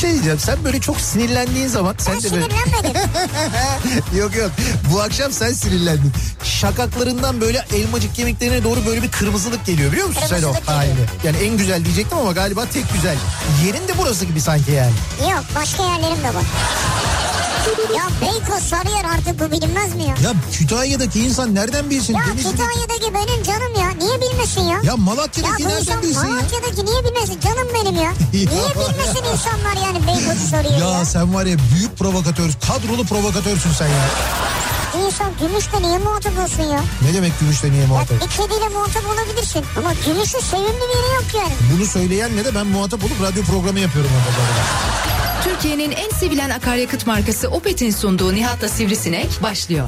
şey diyeceğim, sen böyle çok sinirlendiğin zaman... Ben sen de böyle... sinirlenmedim. Yok bu akşam sen sinirlendin. Şakaklarından böyle elmacık kemiklerine doğru böyle bir kırmızılık geliyor, biliyor musun sen o halini? Yani en güzel diyecektim ama galiba tek güzel. Yerin de burası gibi sanki yani. Yok, başka yerlerim de var. Ya Beykoz, Sarıyer, artık bu bilinmez mi ya? Ya Kütahya'daki insan nereden bilsin? Ya Kütahya'daki benim canım ya. Niye bilmesin ya? Ya Malatya'daki ya nereden bilsin ya? Malatya'daki niye bilmesin? Canım benim ya. Niye bilmesin insanlar yani Beykoz'u, Sarıyer'i ya? Ya sen var ya büyük provokatör, kadrolu provokatörsün sen ya. İnsan gümüşle niye muhatap olsun ya? Ne demek gümüşle niye muhatap? Ya bir kediyle muhatap olabilirsin ama gümüşün sevimli bir yeri yok yani. Bunu söyleyenle de ben muhatap olup radyo programı yapıyorum orada. Türkiye'nin en sevilen akaryakıt markası Opet'in sunduğu Nihat'la Sivrisinek başlıyor.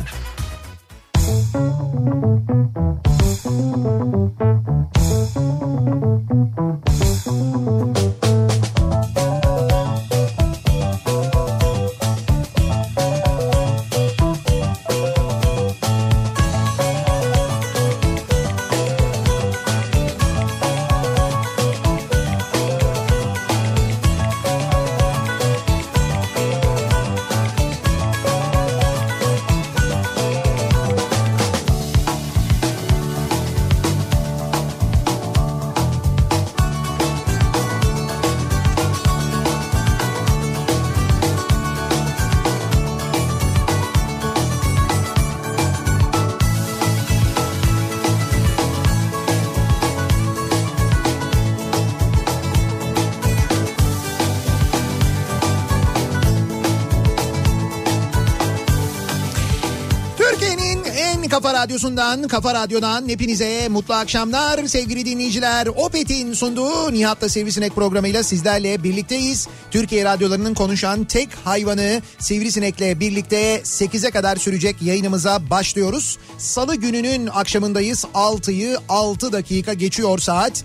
Kafa Radyosu'ndan, Kafa Radyo'dan hepinize mutlu akşamlar sevgili dinleyiciler. Opet'in sunduğu Nihat'la Sivrisinek programıyla sizlerle birlikteyiz. Türkiye radyolarının konuşan tek hayvanı Sivrisinek'le birlikte 8'e kadar sürecek yayınımıza başlıyoruz. Salı gününün akşamındayız. 6'yı 6 dakika geçiyor saat.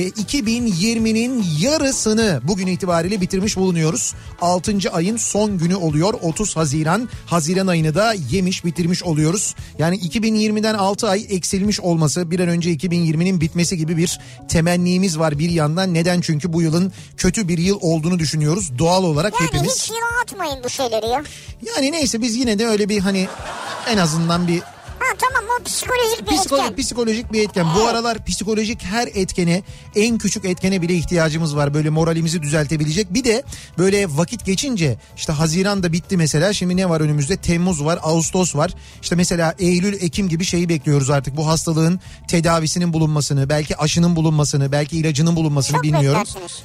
2020'nin yarısını bugün itibariyle bitirmiş bulunuyoruz. 6. ayın son günü oluyor. 30 Haziran. Haziran ayını da yemiş bitirmiş oluyoruz. Yani 2020'den 6 ay eksilmiş olması, bir an önce 2020'nin bitmesi gibi bir temennimiz var bir yandan. Neden? Çünkü bu yılın kötü bir yıl olduğunu düşünüyoruz doğal olarak yani hepimiz. Yani hiç yıla atmayın bu şeyleri ya. Yani neyse biz yine de öyle bir hani en azından bir... Ha tamam, o psikolojik bir etken. Psikolojik bir etken. Bu aralar psikolojik her etkene, en küçük etkene bile ihtiyacımız var. Böyle moralimizi düzeltebilecek. Bir de böyle vakit geçince işte Haziran da bitti mesela. Şimdi ne var önümüzde? Temmuz var, Ağustos var. İşte mesela Eylül, Ekim gibi şeyi bekliyoruz artık. Bu hastalığın tedavisinin bulunmasını, belki aşının bulunmasını, belki ilacının bulunmasını çok bilmiyorum. Beklersiniz.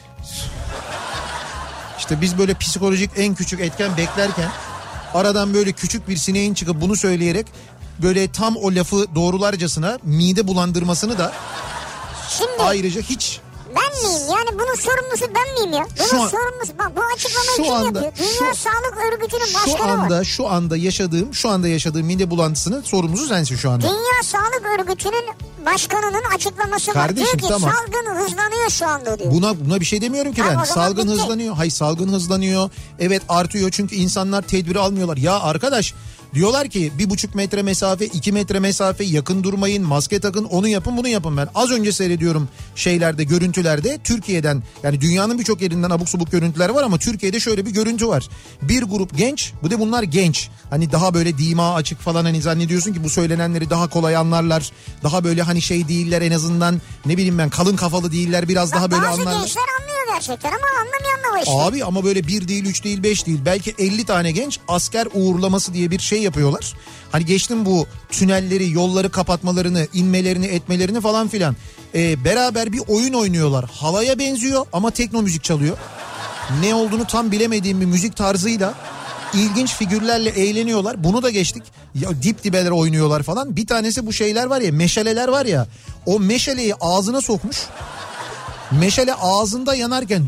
İşte biz böyle psikolojik en küçük etken beklerken aradan böyle küçük bir sineğin çıkıp bunu söyleyerek böyle tam o lafı doğrularcasına mide bulandırmasını da şimdi, ayrıca hiç... Ben miyim? Yani bunun sorumlusu ben miyim ya? Bunun sorumlusu, bak bu açıklamayı kim yapıyor? Dünya Sağlık Örgütü'nün başkanı var. Şu anda yaşadığım mide bulantısının sorumlusu sensin şu anda. Dünya Sağlık Örgütü'nün başkanının açıklaması kardeşim, var. Diyor ki tamam. Salgın hızlanıyor şu anda diyor. Buna bir şey demiyorum ki ben. Salgın hızlanıyor. Hayır, salgın hızlanıyor. Evet, artıyor çünkü insanlar tedbiri almıyorlar. Ya arkadaş, diyorlar ki 1,5 metre mesafe, 2 metre mesafe, yakın durmayın, maske takın, onu yapın, bunu yapın. Ben az önce seyrediyorum şeylerde, görüntülerde Türkiye'den, yani dünyanın birçok yerinden abuk subuk görüntüler var ama Türkiye'de şöyle bir görüntü var. Bir grup genç, bu da bunlar genç. Hani daha böyle dima açık falan, hani zannediyorsun ki bu söylenenleri daha kolay anlarlar. Daha böyle hani şey değiller, en azından ne bileyim ben, kalın kafalı değiller, biraz daha böyle anlarlar. Bazı gençler anlıyor gerçekten ama anlamayan da var işte. Abi ama böyle 1 değil, 3 değil, 5 değil, belki 50 tane genç asker uğurlaması diye bir şey yapıyorlar. Hani geçtim bu tünelleri, yolları kapatmalarını, inmelerini, etmelerini falan filan. Beraber bir oyun oynuyorlar. Halaya benziyor ama tekno müzik çalıyor. Ne olduğunu tam bilemediğim bir müzik tarzıyla ilginç figürlerle eğleniyorlar. Bunu da geçtik. Ya dip dibeler oynuyorlar falan. Bir tanesi bu şeyler var ya, meşaleler var ya. O meşaleyi ağzına sokmuş. Meşale ağzında yanarken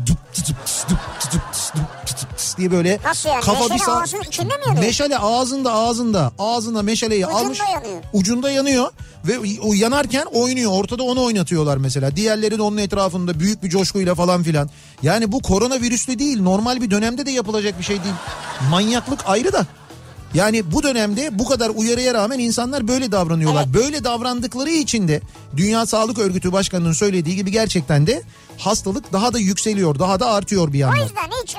diye böyle nasıl yani? kafa Meşale bir sağ... ağzının içinde mi yanıyor? Meşale ağzına meşaleyi almış. Ucunda yanıyor ve o yanarken oynuyor. Ortada onu oynatıyorlar mesela. Diğerleri de onun etrafında büyük bir coşkuyla falan filan. Yani bu koronavirüslü değil, normal bir dönemde de yapılacak bir şey değil. Manyaklık ayrı da. Yani bu dönemde bu kadar uyarıya rağmen insanlar böyle davranıyorlar. Evet. Böyle davrandıkları için de Dünya Sağlık Örgütü Başkanı'nın söylediği gibi gerçekten de hastalık daha da yükseliyor, daha da artıyor bir yandan. O yüzden hiç öyle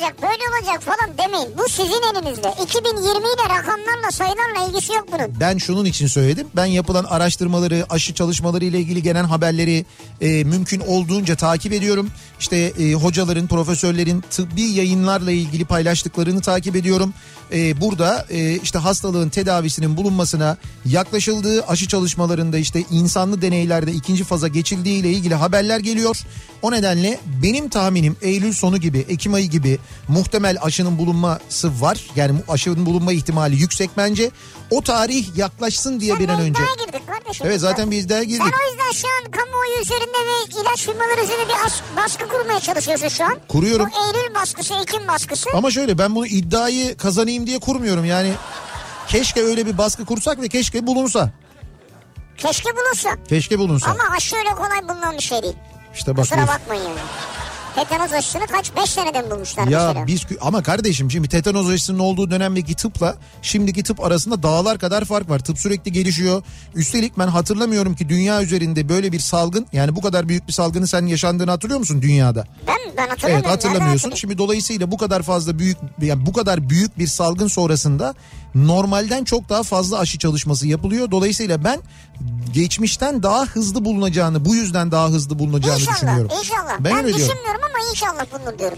olacak, böyle olacak falan demeyin. Bu sizin elinizde. 2020 ile rakamlarla, sayılarla ilgisi yok bunun. Ben şunun için söyledim. Ben yapılan araştırmaları, aşı çalışmaları ile ilgili gelen haberleri mümkün olduğunca takip ediyorum. İşte hocaların, profesörlerin tıbbi yayınlarla ilgili paylaştıklarını takip ediyorum. Burada işte hastalığın tedavisinin bulunmasına yaklaşıldığı, aşı çalışmalarında işte insanlı deneylerde ikinci faza geçildiği ile ilgili haberler geliyor. O nedenle benim tahminim Eylül sonu gibi, Ekim ayı gibi muhtemel aşının bulunması var. Yani aşının bulunma ihtimali yüksek bence. O tarih yaklaşsın diye bir an önce. Sen bir iddiaya girdin kardeşim. Evet, zaten bir iddiaya girdik. Sen o yüzden şu an kamuoyu üzerinde ve ilaç firmaları üzerinde bir baskı kurmaya çalışıyorsun şu an. Kuruyorum. Bu Eylül baskısı, Ekim baskısı. Ama şöyle, ben bunu iddiayı kazanayım diye kurmuyorum yani. Keşke öyle bir baskı kursak ve keşke bulunsa. Keşke bulunsa. Keşke bulunsa. Ama aşı öyle kolay bulunan bir şey değil. İşte bak. Kusura bakmayın yani. Tetanoz aşısını 5 seneden bulmuşlar ya mesela. Ama kardeşim şimdi tetanoz aşısının olduğu dönemdeki tıpla şimdiki tıp arasında dağlar kadar fark var. Tıp sürekli gelişiyor. Üstelik ben hatırlamıyorum ki dünya üzerinde böyle bir salgın, yani bu kadar büyük bir salgının sen yaşandığını hatırlıyor musun dünyada? Ben hatırlamıyorum. Evet, hatırlamıyorsun. Şimdi dolayısıyla bu kadar fazla bu kadar büyük bir salgın sonrasında normalden çok daha fazla aşı çalışması yapılıyor. Dolayısıyla ben geçmişten daha hızlı bulunacağını, bu yüzden daha hızlı bulunacağını düşünüyorum. İnşallah. Ben öyle düşünmüyorum ama inşallah bulunur diyorum.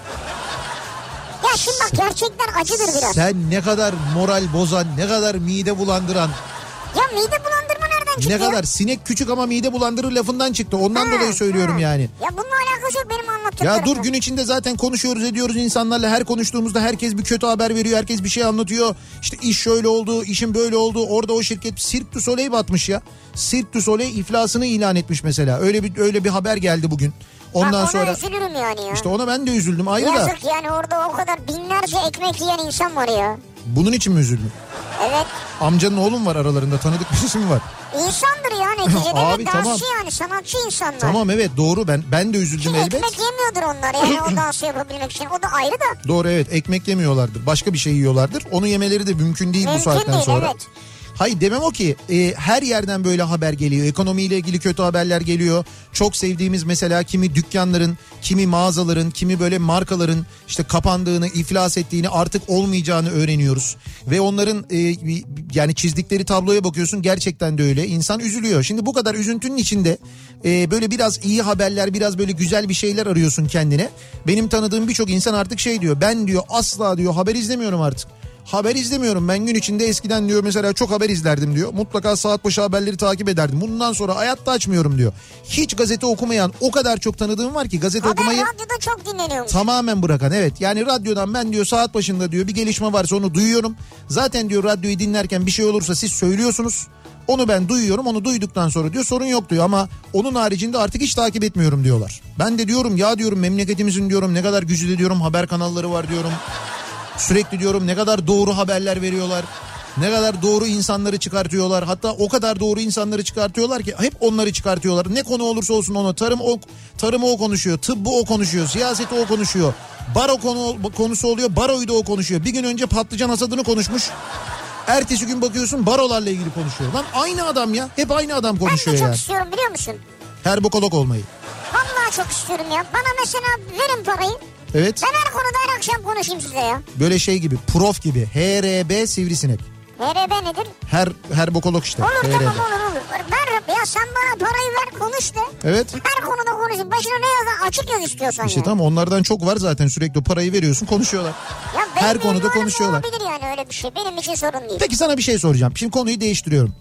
Ya şimdi bak, gerçekten acıdır biraz. Sen ne kadar moral bozan, ne kadar mide bulandıran. Ya mide bulandırma nereden çıktı? Ne kadar sinek küçük ama mide bulandırır lafından çıktı. Ondan dolayı söylüyorum yani. Ya bununla alakası yok benim anlattıklarımla. Ya dur, gün içinde zaten konuşuyoruz ediyoruz insanlarla. Her konuştuğumuzda herkes bir kötü haber veriyor. Herkes bir şey anlatıyor. İşte iş şöyle oldu, işin böyle oldu. Orada o şirket Cirque du Soleil batmış ya. Cirque du Soleil iflasını ilan etmiş mesela. Öyle bir haber geldi bugün. Ondan sonra ona üzülürüm yani ya. İşte ona ben de üzüldüm ayrı da. Yazık yani, orada o kadar binlerce ekmek yiyen insan var ya. Bunun için mi üzüldün? Evet. Amcanın oğlum var aralarında, tanıdık birisi mi var? İnsandır ya neticede. Abi, ve dansçı tamam. yani, sanatçı insanlar. Tamam, evet, doğru, ben de üzüldüm elbet. Ekmek yemiyordur onlar yani o dansı yapabilmek için, o da ayrı da. Doğru, evet, ekmek yemiyorlardır, başka bir şey yiyorlardır. Onu yemeleri de mümkün değil bu saatten değil, sonra. Evet. Hayır, demem o ki her yerden böyle haber geliyor. Ekonomiyle ilgili kötü haberler geliyor. Çok sevdiğimiz mesela kimi dükkanların, kimi mağazaların, kimi böyle markaların işte kapandığını, iflas ettiğini, artık olmayacağını öğreniyoruz. Ve onların yani çizdikleri tabloya bakıyorsun, gerçekten de öyle. İnsan üzülüyor. Şimdi bu kadar üzüntünün içinde böyle biraz iyi haberler, biraz böyle güzel bir şeyler arıyorsun kendine. Benim tanıdığım birçok insan artık şey diyor. Ben diyor asla diyor haber izlemiyorum artık. Haber izlemiyorum. Ben gün içinde eskiden diyor mesela çok haber izlerdim diyor. Mutlaka saat başı haberleri takip ederdim. Bundan sonra hayatta açmıyorum diyor. Hiç gazete okumayan o kadar çok tanıdığım var ki gazete okumayı radyoda çok dinleniyormuş. Tamamen bırakan, evet. Yani radyodan ben diyor saat başında diyor bir gelişme varsa onu duyuyorum. Zaten diyor radyoyu dinlerken bir şey olursa siz söylüyorsunuz. Onu ben duyuyorum, onu duyduktan sonra diyor sorun yok diyor ama onun haricinde artık hiç takip etmiyorum diyorlar. Ben de diyorum ya diyorum memleketimizin diyorum ne kadar güçlü diyorum haber kanalları var diyorum. Sürekli diyorum ne kadar doğru haberler veriyorlar. Ne kadar doğru insanları çıkartıyorlar. Hatta o kadar doğru insanları çıkartıyorlar ki hep onları çıkartıyorlar. Ne konu olursa olsun onu. Tarımı o konuşuyor. Tıbbı o konuşuyor. Siyaseti o konuşuyor. Baro konusu oluyor. Baroyu da o konuşuyor. Bir gün önce patlıcan hasadını konuşmuş. Ertesi gün bakıyorsun barolarla ilgili konuşuyor. Lan aynı adam ya. Hep aynı adam konuşuyor yani. Ben de çok istiyorum biliyor musun? Herbokolog olmayı. Vallahi çok istiyorum ya. Bana mesela verin parayı. Evet. Ben her konuda her akşam konuşayım size ya. Böyle şey gibi, prof gibi. HRB sivrisinek. HRB nedir? Herbokolog işte. Olur HRB. tamam olur. Ver ya, sen bana parayı ver, konuş de. Evet. Her konuda konuşun. Başına ne yazar, açık yaz istiyorsan İşte yani. tamam, onlardan çok var zaten, sürekli parayı veriyorsun konuşuyorlar. Ya her konuda konuşuyorlar. Olabilir yani öyle bir şey. Benim için sorun değil. Peki sana bir şey soracağım. Şimdi konuyu değiştiriyorum.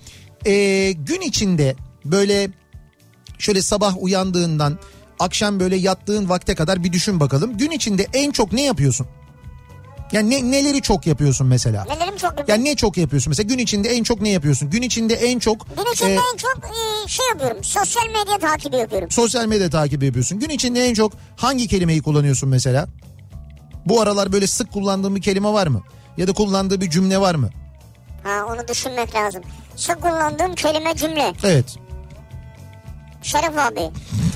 Gün içinde böyle şöyle sabah uyandığından akşam böyle yattığın vakte kadar bir düşün bakalım. Gün içinde en çok ne yapıyorsun? Yani neleri çok yapıyorsun mesela? Nelerim çok yapıyorum? Yani ne çok yapıyorsun? Mesela gün içinde en çok ne yapıyorsun? Gün içinde en çok... şey yapıyorum. Sosyal medya takibi yapıyorum. Sosyal medya takibi yapıyorsun. Gün içinde en çok hangi kelimeyi kullanıyorsun mesela? Bu aralar böyle sık kullandığın bir kelime var mı? Ya da kullandığı bir cümle var mı? Ha, onu düşünmek lazım. Sık kullandığım kelime, cümle. Evet. Şeref abi.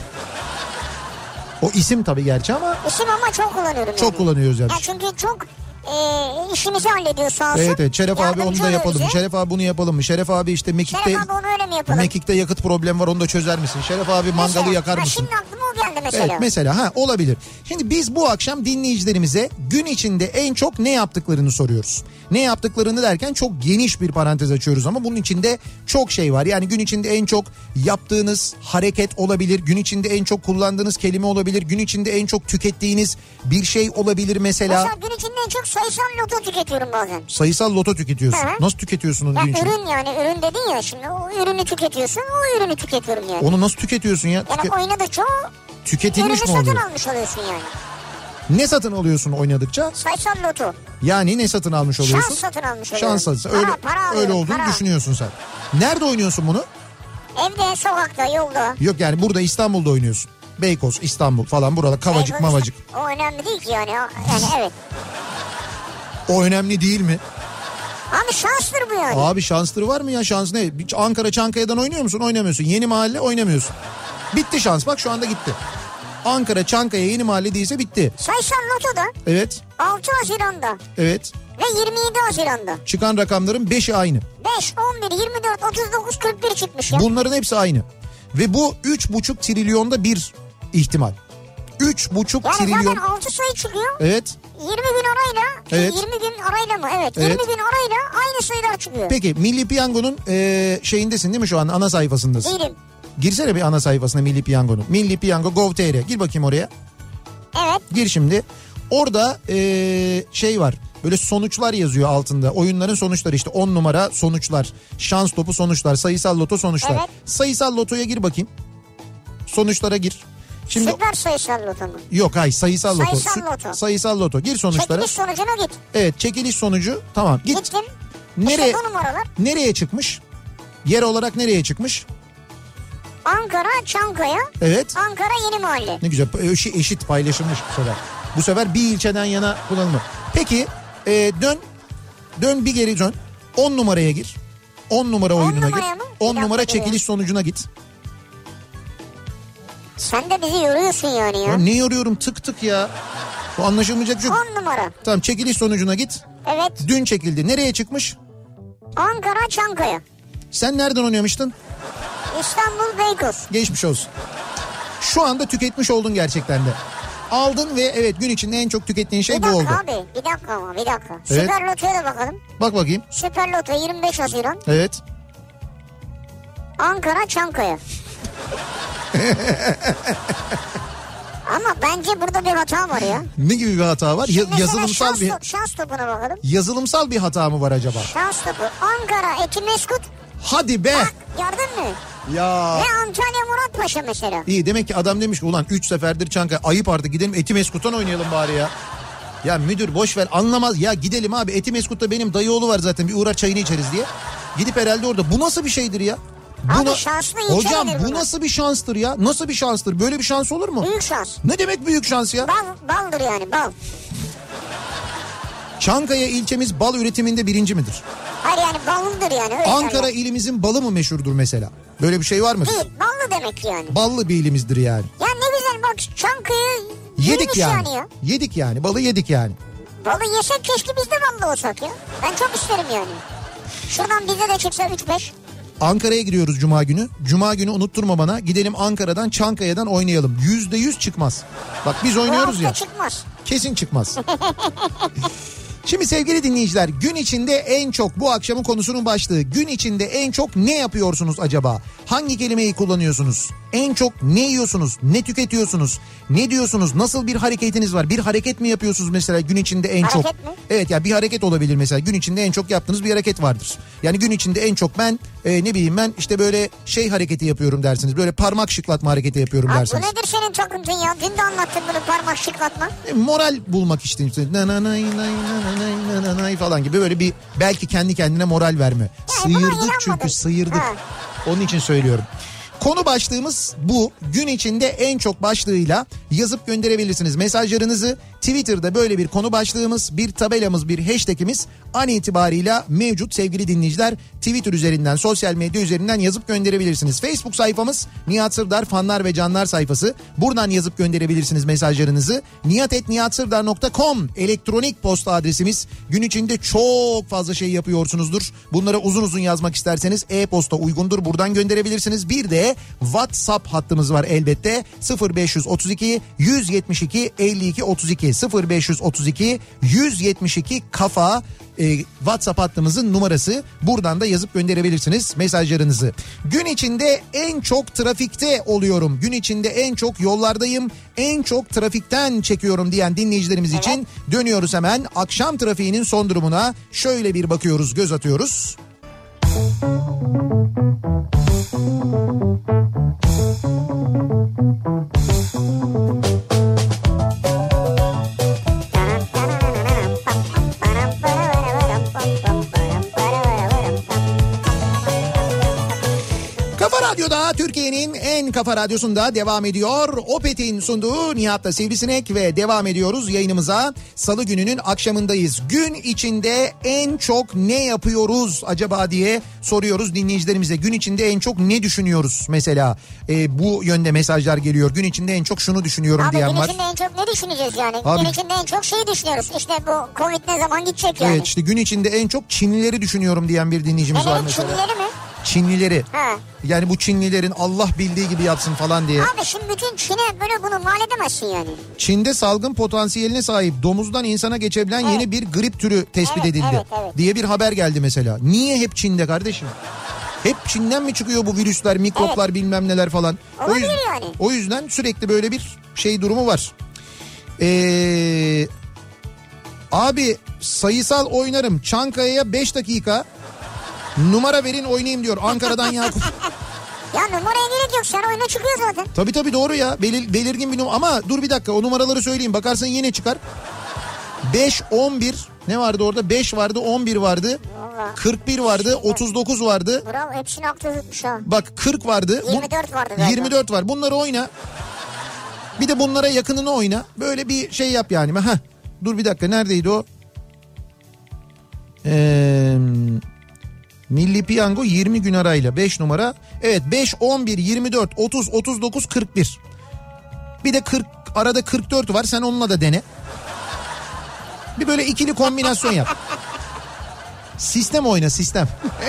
O isim tabii gerçi ama... İsim ama çok kullanıyorum. Çok kullanıyoruz yani. Ya çünkü çok işimizi hallediyor sağ olsun. Evet. Şeref abi onu da yapalım mı? Şeref abi bunu yapalım mı? Şeref abi işte Mekik'te... Şeref abi onu öyle mi yapalım? Mekik'te yakıt problem var, onu da çözer misin? Şeref abi mangalı yakar mısın? Şimdi aklıma o geldi mesela. Evet mesela olabilir. Şimdi biz bu akşam dinleyicilerimize gün içinde en çok ne yaptıklarını soruyoruz. Ne yaptıklarını derken çok geniş bir parantez açıyoruz ama bunun içinde çok şey var. Yani gün içinde en çok yaptığınız hareket olabilir. Gün içinde en çok kullandığınız kelime olabilir. Gün içinde en çok tükettiğiniz bir şey olabilir mesela. Mesela gün içinde en çok sayısal loto tüketiyorum bazen. Sayısal loto tüketiyorsun. Hı. Nasıl tüketiyorsun onu gün içinde? Ürün yani ürün dedin ya şimdi o ürünü tüketiyorsun o ürünü tüketiyorum yani. Onu nasıl tüketiyorsun ya? Yani oynadıkça o tüketilmiş ürünü mi oluyor? satın almış oluyorsun yani. Ne satın alıyorsun oynadıkça? Sayısal loto. Yani ne satın almış oluyorsun? Şans satın almış oluyorum. Şans satın. Öyle, öyle olduğunu düşünüyorsun sen. Nerede oynuyorsun bunu? Evde, sokakta, yolda. Yok yani burada İstanbul'da oynuyorsun. Beykoz, İstanbul falan burada Kavacık, Beykoz, Mavacık. O önemli değil ki yani evet. O önemli değil mi? Abi şanstır bu yani. Abi şanstır var mı ya, şans ne? Ankara Çankaya'dan oynuyor musun? Oynamıyorsun. Yeni Mahalle oynamıyorsun. Bitti şans, bak şu anda gitti. Ankara Çankaya Yeni Mahalle değilse bitti. Sayısal Loto'da. Evet. 6 Haziran'da. Evet. Ve 27 Haziran'da. Çıkan rakamların 5'i aynı. 5, 11, 24, 39, 41 çıkmış ya. Bunların hepsi aynı. Ve bu 3,5 trilyonda bir ihtimal. 3,5 yani trilyon. zaten 6 sayı çıkıyor. Evet. 20 gün arayla. Evet. 20 gün arayla mı? Evet. Evet. 20 gün arayla aynı sayılar çıkıyor. Peki Milli Piyango'nun şeyindesin değil mi şu an? Ana sayfasındasın. Değilim. Girsene bir ana sayfasına Milli Piyango'nun. Milli Piyango Gov.tr. Gir bakayım oraya. Evet. Gir şimdi. Orada şey var. Böyle sonuçlar yazıyor altında. Oyunların sonuçları işte 10 numara sonuçlar. Şans topu sonuçlar. Sayısal loto sonuçlar. Evet. Sayısal lotoya gir bakayım. Sonuçlara gir. Şimdi Süper sayısal loto mu? yok hayır sayısal loto. Sayısal loto. Sayısal loto. Gir sonuçlara. Çekiliş sonucuna git. Evet çekiliş sonucu tamam git. Gittim. Nereye, İşte bu numaralar. nereye çıkmış? Yer olarak nereye çıkmış? Ankara, Çankaya. Evet. Ankara Yeni Mahalle. Ne güzel eşit paylaşılmış bu sefer. Bu sefer bir ilçeden yana kullanılır. Peki dön bir geri dön. 10 numaraya gir. 10 numara oyununa gir. 10 numara çekiliş sonucuna git. Sen de bizi yoruyorsun yani ya. Ne yoruyorum tık tık ya. Bu anlaşılmayacak çok. 10 numara. Tamam çekiliş sonucuna git. Evet. Dün çekildi. Nereye çıkmış? Ankara, Çankaya. Sen nereden oynamıştın? İstanbul, Beykoz. Geçmiş olsun. Şu anda tüketmiş oldun gerçekten de. Aldın ve evet gün içinde en çok tükettiğin şey bu oldu. Bir dakika abi bir dakika. Evet. Süper Loto'ya da bakalım. Bak bakayım. Süper Loto 25 Haziran. Evet. Ankara, Çankaya. Ama bence burada bir hata var ya. Ne gibi bir hata var? Yazılımsal bir şans topuna bakalım. Yazılımsal bir hata mı var acaba? Şans topu. Ankara, Etimeskut. Hadi be. Bak gördün mü? Ya. Ve Antalya Muratpaşa mesela. İyi demek ki adam demiş ki ulan 3 seferdir Çankaya ayıp artık gidelim Etimeskut'tan oynayalım bari ya. Ya müdür boş ver anlamaz ya gidelim abi Etimeskut'ta benim dayı oğlu var zaten bir uğrar çayını içeriz diye. Gidip herhalde orada bu nasıl bir şeydir ya? Abi şanslı hocam bu nasıl bir şanstır ya? Nasıl bir şanstır? Böyle bir şans olur mu? Büyük şans. Ne demek büyük şans ya? Baldır yani bal. Çankaya ilçemiz bal üretiminde birinci midir? Hayır yani ballıdır yani. Öyle Ankara ilimizin balı mı meşhurdur mesela? Böyle bir şey var mı? Değil ballı demek yani. Ballı bir ilimizdir yani. Ya ne güzel bak Çankaya yedik yani. ya. Yedik yani balı yedik yani. Balı yesek keşke biz de ballı olsak ya. Ben çok isterim yani. Şuradan bize de çıksa 3-5. Ankara'ya gidiyoruz Cuma günü. Cuma günü unutturma bana. Gidelim Ankara'dan Çankaya'dan oynayalım. %100 çıkmaz. Bak biz oynuyoruz ya. Çıkmaz. Kesin çıkmaz. Şimdi sevgili dinleyiciler gün içinde en çok bu akşamın konusunun başlığı. Gün içinde en çok ne yapıyorsunuz acaba? Hangi kelimeyi kullanıyorsunuz? En çok ne yiyorsunuz? Ne tüketiyorsunuz? Ne diyorsunuz? Nasıl bir hareketiniz var? Bir hareket mi yapıyorsunuz mesela gün içinde en çok? Hareket mi? Evet ya bir hareket olabilir mesela. Gün içinde en çok yaptığınız bir hareket vardır. Yani gün içinde en çok ben ne bileyim ben işte böyle şey hareketi yapıyorum dersiniz. Böyle parmak şıklatma hareketi yapıyorum abi dersiniz. Bu nedir senin takıntın ya? Dün de anlattın bunu parmak şıklatma. Moral bulmak işte. Falan gibi böyle bir belki kendi kendine moral verme. Sıyırdık çünkü sıyırdık. Ha. Onun için söylüyorum. Konu başlığımız bu. Gün içinde en çok başlığıyla yazıp gönderebilirsiniz. Mesajlarınızı Twitter'da böyle bir konu başlığımız, bir tabelamız, bir hashtagimiz an itibarıyla mevcut sevgili dinleyiciler. Twitter üzerinden, sosyal medya üzerinden yazıp gönderebilirsiniz. Facebook sayfamız Nihat Sırdar fanlar ve canlar sayfası. Buradan yazıp gönderebilirsiniz mesajlarınızı. nihat@nihatsırdar.com elektronik posta adresimiz. Gün içinde çok fazla şey yapıyorsunuzdur. Bunlara uzun uzun yazmak isterseniz e-posta uygundur. Buradan gönderebilirsiniz. Bir de de WhatsApp hattımız var elbette. 0532 172 52 32 0532 172 kafa WhatsApp hattımızın numarası. Buradan da yazıp gönderebilirsiniz mesajlarınızı. Gün içinde en çok trafikte oluyorum. Gün içinde en çok yollardayım. En çok trafikten çekiyorum diyen dinleyicilerimiz için dönüyoruz hemen. Akşam trafiğinin son durumuna şöyle bir bakıyoruz, göz atıyoruz. Kafa Radyo'da, Türkiye'nin en kafa radyosunda devam ediyor. Opet'in sunduğu Nihat'la Sivrisinek ve devam ediyoruz yayınımıza. Salı gününün akşamındayız. Gün içinde en çok ne yapıyoruz acaba diye soruyoruz dinleyicilerimize. Gün içinde en çok ne düşünüyoruz mesela? Bu yönde mesajlar geliyor. Gün içinde en çok şunu düşünüyorum abi, diyen var. Gün içinde en çok ne düşüneceğiz yani? Abi, gün içinde en çok şeyi düşünüyoruz. İşte bu Covid ne zaman gidecek yani? Evet, işte gün içinde en çok Çinlileri düşünüyorum diyen bir dinleyicimiz var mesela. Çinlileri mi? Çinlileri. Ha. Yani bu Çinlilerin Allah bildiği gibi yapsın falan diye. Abi şimdi bütün Çin'e böyle bunu mal edemezsin yani. Çin'de salgın potansiyeline sahip domuzdan insana geçebilen yeni bir grip türü tespit edildi diye bir haber geldi mesela. Niye hep Çin'de kardeşim? Hep Çin'den mi çıkıyor bu virüsler, mikroplar, bilmem neler falan? Olabilir yani. O yüzden sürekli böyle bir şey durumu var. Abi sayısal oynarım. Çankaya'ya 5 dakika. Numara verin oynayayım diyor Ankara'dan Yakup. Ya numaraya gerek yok, sen oyuna çıkıyor zaten. Tabii doğru ya, belirgin bir numara ama dur bir dakika o numaraları söyleyeyim bakarsın yine çıkar. 5, 11 ne vardı orada, 5 vardı, 11 vardı. Vallahi. 41 vardı, 39 vardı. Bravo, hepsini aklı tutmuş ha. Bak 40 vardı. 24 vardı galiba. 24 var, bunları oyna. Bir de bunlara yakınını oyna. Böyle bir şey yap yani. Dur bir dakika, neredeydi o? Milli Piyango 20 gün arayla 5 numara. Evet 5, 11, 24, 30, 39, 41. Bir de 40 arada 44 var, sen onunla da dene. Bir böyle ikili kombinasyon yap. Sistem oyna, sistem.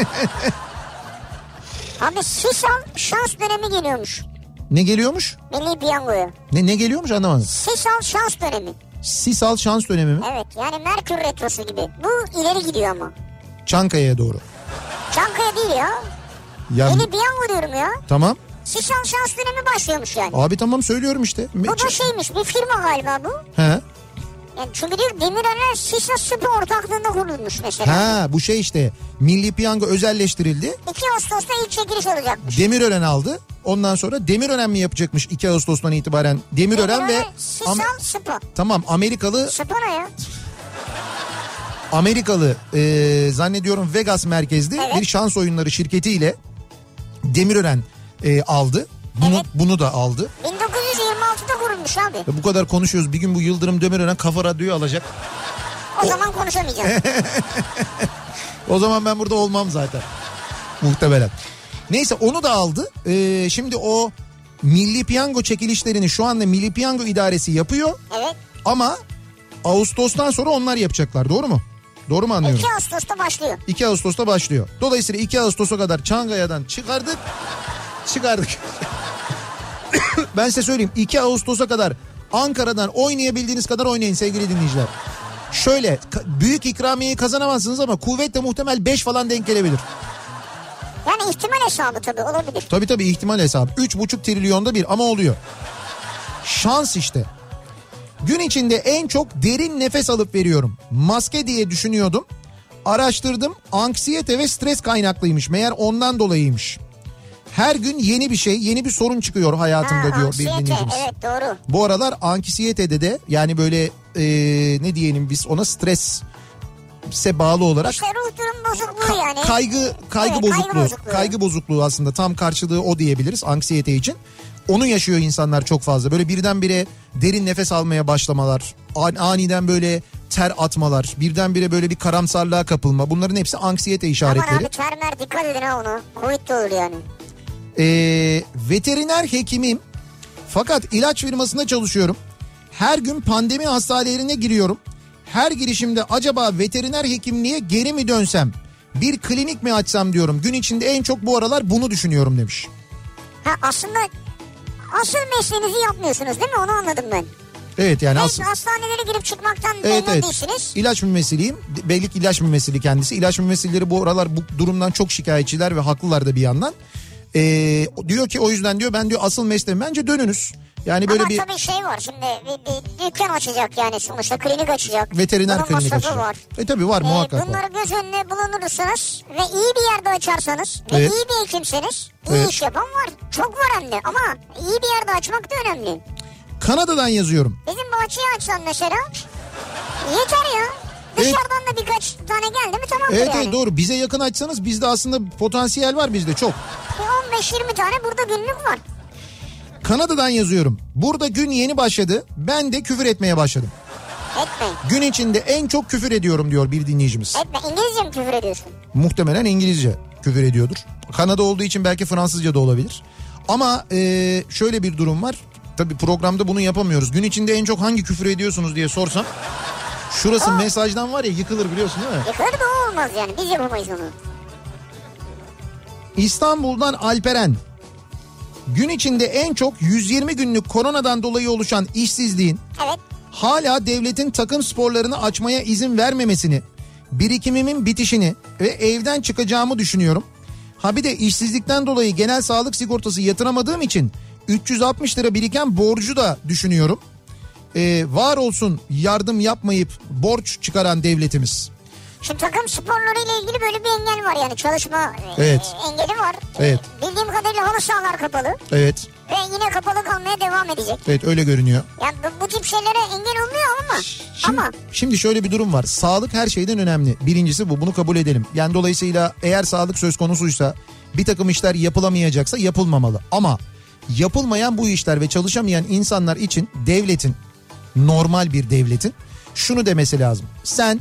Abi Sisal şans dönemi geliyormuş. Ne geliyormuş? Milli Piyango'ya. Ne geliyormuş anlamadım. Sisal şans dönemi. Sisal şans dönemi mi? Evet, yani Merkür Retrosu gibi. Bu ileri gidiyor ama. Çankaya'ya doğru. Çankaya değil ya. Milli Piyango diyorum ya. Tamam. Sisal şans dönemi başlıyormuş yani. Abi tamam söylüyorum işte. Bu da şeymiş, bir firma galiba bu. He. Yani çünkü diyor Demirören Sisa Spor ortaklığında kurulmuş mesela. Ha bu şey işte Milli Piyango özelleştirildi. 2 Ağustos'ta ilk çekiliş olacakmış. Demirören aldı. Ondan sonra Demirören mi yapacakmış 2 Ağustos'tan itibaren? Demirören ve Sisal Spor. Tamam Amerikalı. Spor ne ya? Amerikalı zannediyorum Vegas merkezli bir şans oyunları şirketiyle Demirören aldı. Bunu da aldı. 1926'da kurulmuş abi. Bu kadar konuşuyoruz. Bir gün bu Yıldırım Demirören Kafa Radyo'yu alacak. O zaman konuşamayacağım. O zaman ben burada olmam zaten. Muhtemelen. Neyse onu da aldı. Şimdi o Milli Piyango çekilişlerini şu anda Milli Piyango İdaresi yapıyor. Evet. Ama Ağustos'tan sonra onlar yapacaklar. Doğru mu? Doğru mu anlıyorum? 2 Ağustos'ta başlıyor. 2 Ağustos'ta başlıyor. Dolayısıyla 2 Ağustos'a kadar Çankaya'dan çıkardık. Ben size söyleyeyim 2 Ağustos'a kadar Ankara'dan oynayabildiğiniz kadar oynayın sevgili dinleyiciler. Şöyle büyük ikramiyeyi kazanamazsınız ama kuvvetle muhtemel 5 falan denk gelebilir. Yani ihtimal hesabı tabii olabilir. Tabii ihtimal hesabı. 3,5 trilyonda bir ama oluyor. Şans işte. Gün içinde en çok derin nefes alıp veriyorum. Maske diye düşünüyordum. Araştırdım. Anksiyete ve stres kaynaklıymış. Meğer ondan dolayıymış. Her gün yeni bir şey, yeni bir sorun çıkıyor hayatımda diyor bir dinleyicimiz. Evet doğru. Bu aralar anksiyetede de yani böyle ne diyelim biz ona strese bağlı olarak. İşte ruh durum bozukluğu yani. Kaygı bozukluğu aslında tam karşılığı o diyebiliriz anksiyete için. Onu yaşıyor insanlar çok fazla. Böyle birdenbire derin nefes almaya başlamalar, aniden böyle ter atmalar, birdenbire böyle bir karamsarlığa kapılma. Bunların hepsi anksiyete işaretleri. Aman abi termer dikkat edin ha onu. Covid de olur yani. Veteriner hekimim. Fakat ilaç firmasında çalışıyorum. Her gün pandemi hastanelerine giriyorum. Her girişimde acaba veteriner hekimliğe geri mi dönsem? Bir klinik mi açsam diyorum. Gün içinde en çok bu aralar bunu düşünüyorum demiş. Ha aslında asıl mesleğinizi yapmıyorsunuz değil mi? Onu anladım ben. Evet yani hastanelere girip çıkmaktan memnun değilsiniz. İlaç mümessiliyim. Belli ki ilaç mümessili kendisi. İlaç mümessilleri bu aralar bu durumdan çok şikayetçiler ve haklılar da bir yandan. Diyor ki o yüzden diyor ben diyor asıl mesleğim bence dönünüz. Yani böyle ama tabii şey var şimdi bir dükkan açacak yani sonuçta klinik açacak. Veteriner klinik açacak. Var. Tabii var muhakkak bunları var. göz önüne bulundurursanız ve iyi bir yerde açarsanız ve iyi bir hekimseniz iyi iş yapan var. Çok var hem de ama iyi bir yerde açmak da önemli. Kanada'dan yazıyorum. Bizim bahçeyi açsan mesela yeter ya. Dışarıdan da birkaç tane geldi mi tamamdır yani. Evet doğru, bize yakın açsanız bizde aslında potansiyel var bizde çok. 15-20 tane burada günlük var. Kanada'dan yazıyorum. Burada gün yeni başladı. Ben de küfür etmeye başladım. Etme. Gün içinde en çok küfür ediyorum diyor bir dinleyicimiz. Etme. İngilizce mi küfür ediyorsun? Muhtemelen İngilizce küfür ediyordur. Kanada olduğu için belki Fransızca da olabilir. Ama şöyle bir durum var. Tabii programda bunu yapamıyoruz. Gün içinde en çok hangi küfür ediyorsunuz diye sorsam. Şurası mesajdan var ya yıkılır biliyorsun değil mi? Yıkılır da o olmaz yani. Biz yapamayız onu. İstanbul'dan Alperen. Gün içinde en çok 120 günlük koronadan dolayı oluşan işsizliğin hala devletin takım sporlarını açmaya izin vermemesini, birikimimin bitişini ve evden çıkacağımı düşünüyorum. Ha bir de işsizlikten dolayı genel sağlık sigortası yatıramadığım için 360 lira biriken borcu da düşünüyorum. Var olsun yardım yapmayıp borç çıkaran devletimiz. Şimdi takım sporlarıyla ilgili böyle bir engel var yani çalışma engeli var. Evet. Bildiğim kadarıyla halı sahalar kapalı. Evet. Ve yine kapalı kalmaya devam edecek. Evet öyle görünüyor. Yani bu tip şeylere engel olmuyor ama. Şimdi şöyle bir durum var. Sağlık her şeyden önemli. Birincisi bu, bunu kabul edelim. Yani dolayısıyla eğer sağlık söz konusuysa bir takım işler yapılamayacaksa yapılmamalı. Ama yapılmayan bu işler ve çalışamayan insanlar için devletin, normal bir devletin şunu demesi lazım. Sen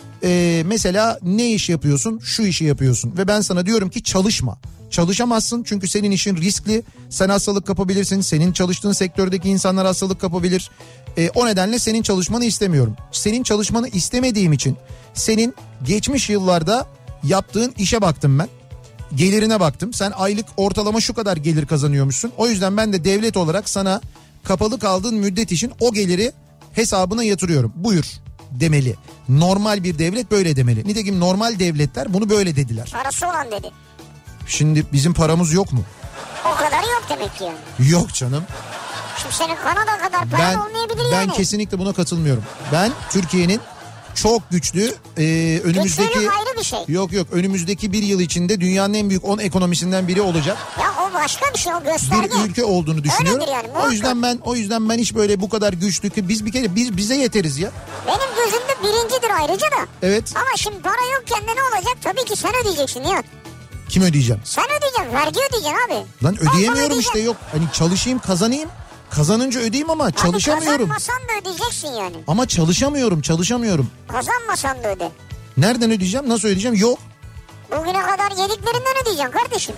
mesela ne iş yapıyorsun? Şu işi yapıyorsun ve ben sana diyorum ki çalışma. Çalışamazsın çünkü senin işin riskli. Sen hastalık kapabilirsin. Senin çalıştığın sektördeki insanlar hastalık kapabilir. O nedenle senin çalışmanı istemiyorum. Senin çalışmanı istemediğim için senin geçmiş yıllarda yaptığın işe baktım ben. Gelirine baktım. Sen aylık ortalama şu kadar gelir kazanıyormuşsun. O yüzden ben de devlet olarak sana kapalı kaldığın müddet için o geliri hesabına yatırıyorum. Buyur demeli. Normal bir devlet böyle demeli. Nitekim normal devletler bunu böyle dediler. Parası olan dedi. Şimdi bizim paramız yok mu? O kadar yok demek ki yani. Yok canım. Şimdi senin Kanada kadar paran olmayabilir yani. Ben kesinlikle buna katılmıyorum. Ben Türkiye'nin çok güçlü önümüzdeki... Güçlülük ayrı bir şey. Yok önümüzdeki bir yıl içinde dünyanın en büyük 10 ekonomisinden biri olacak. Ya o başka bir şey, o gösterge. Bir ülke olduğunu düşünüyorum. Yani, o yüzden ben hiç böyle bu kadar güçlü ki biz bize yeteriz ya. Benim gözümde birincidir ayrıca da. Evet. Ama şimdi para yokken de ne olacak? Tabii ki sen ödeyeceksin ya. Kim ödeyeceğim? Sen ödeyeceksin, vergi ödeyeceksin abi. Lan ödeyemiyorum işte, yok. Hani çalışayım, kazanayım. Kazanınca ödeyeyim ama abi çalışamıyorum. Kazanmasan da ödeyeceksin yani. Ama çalışamıyorum. Kazanmasan da öde. Nereden ödeyeceğim? Nasıl ödeyeceğim? Yok. Bugüne kadar yediklerinden ödeyeceksin kardeşim.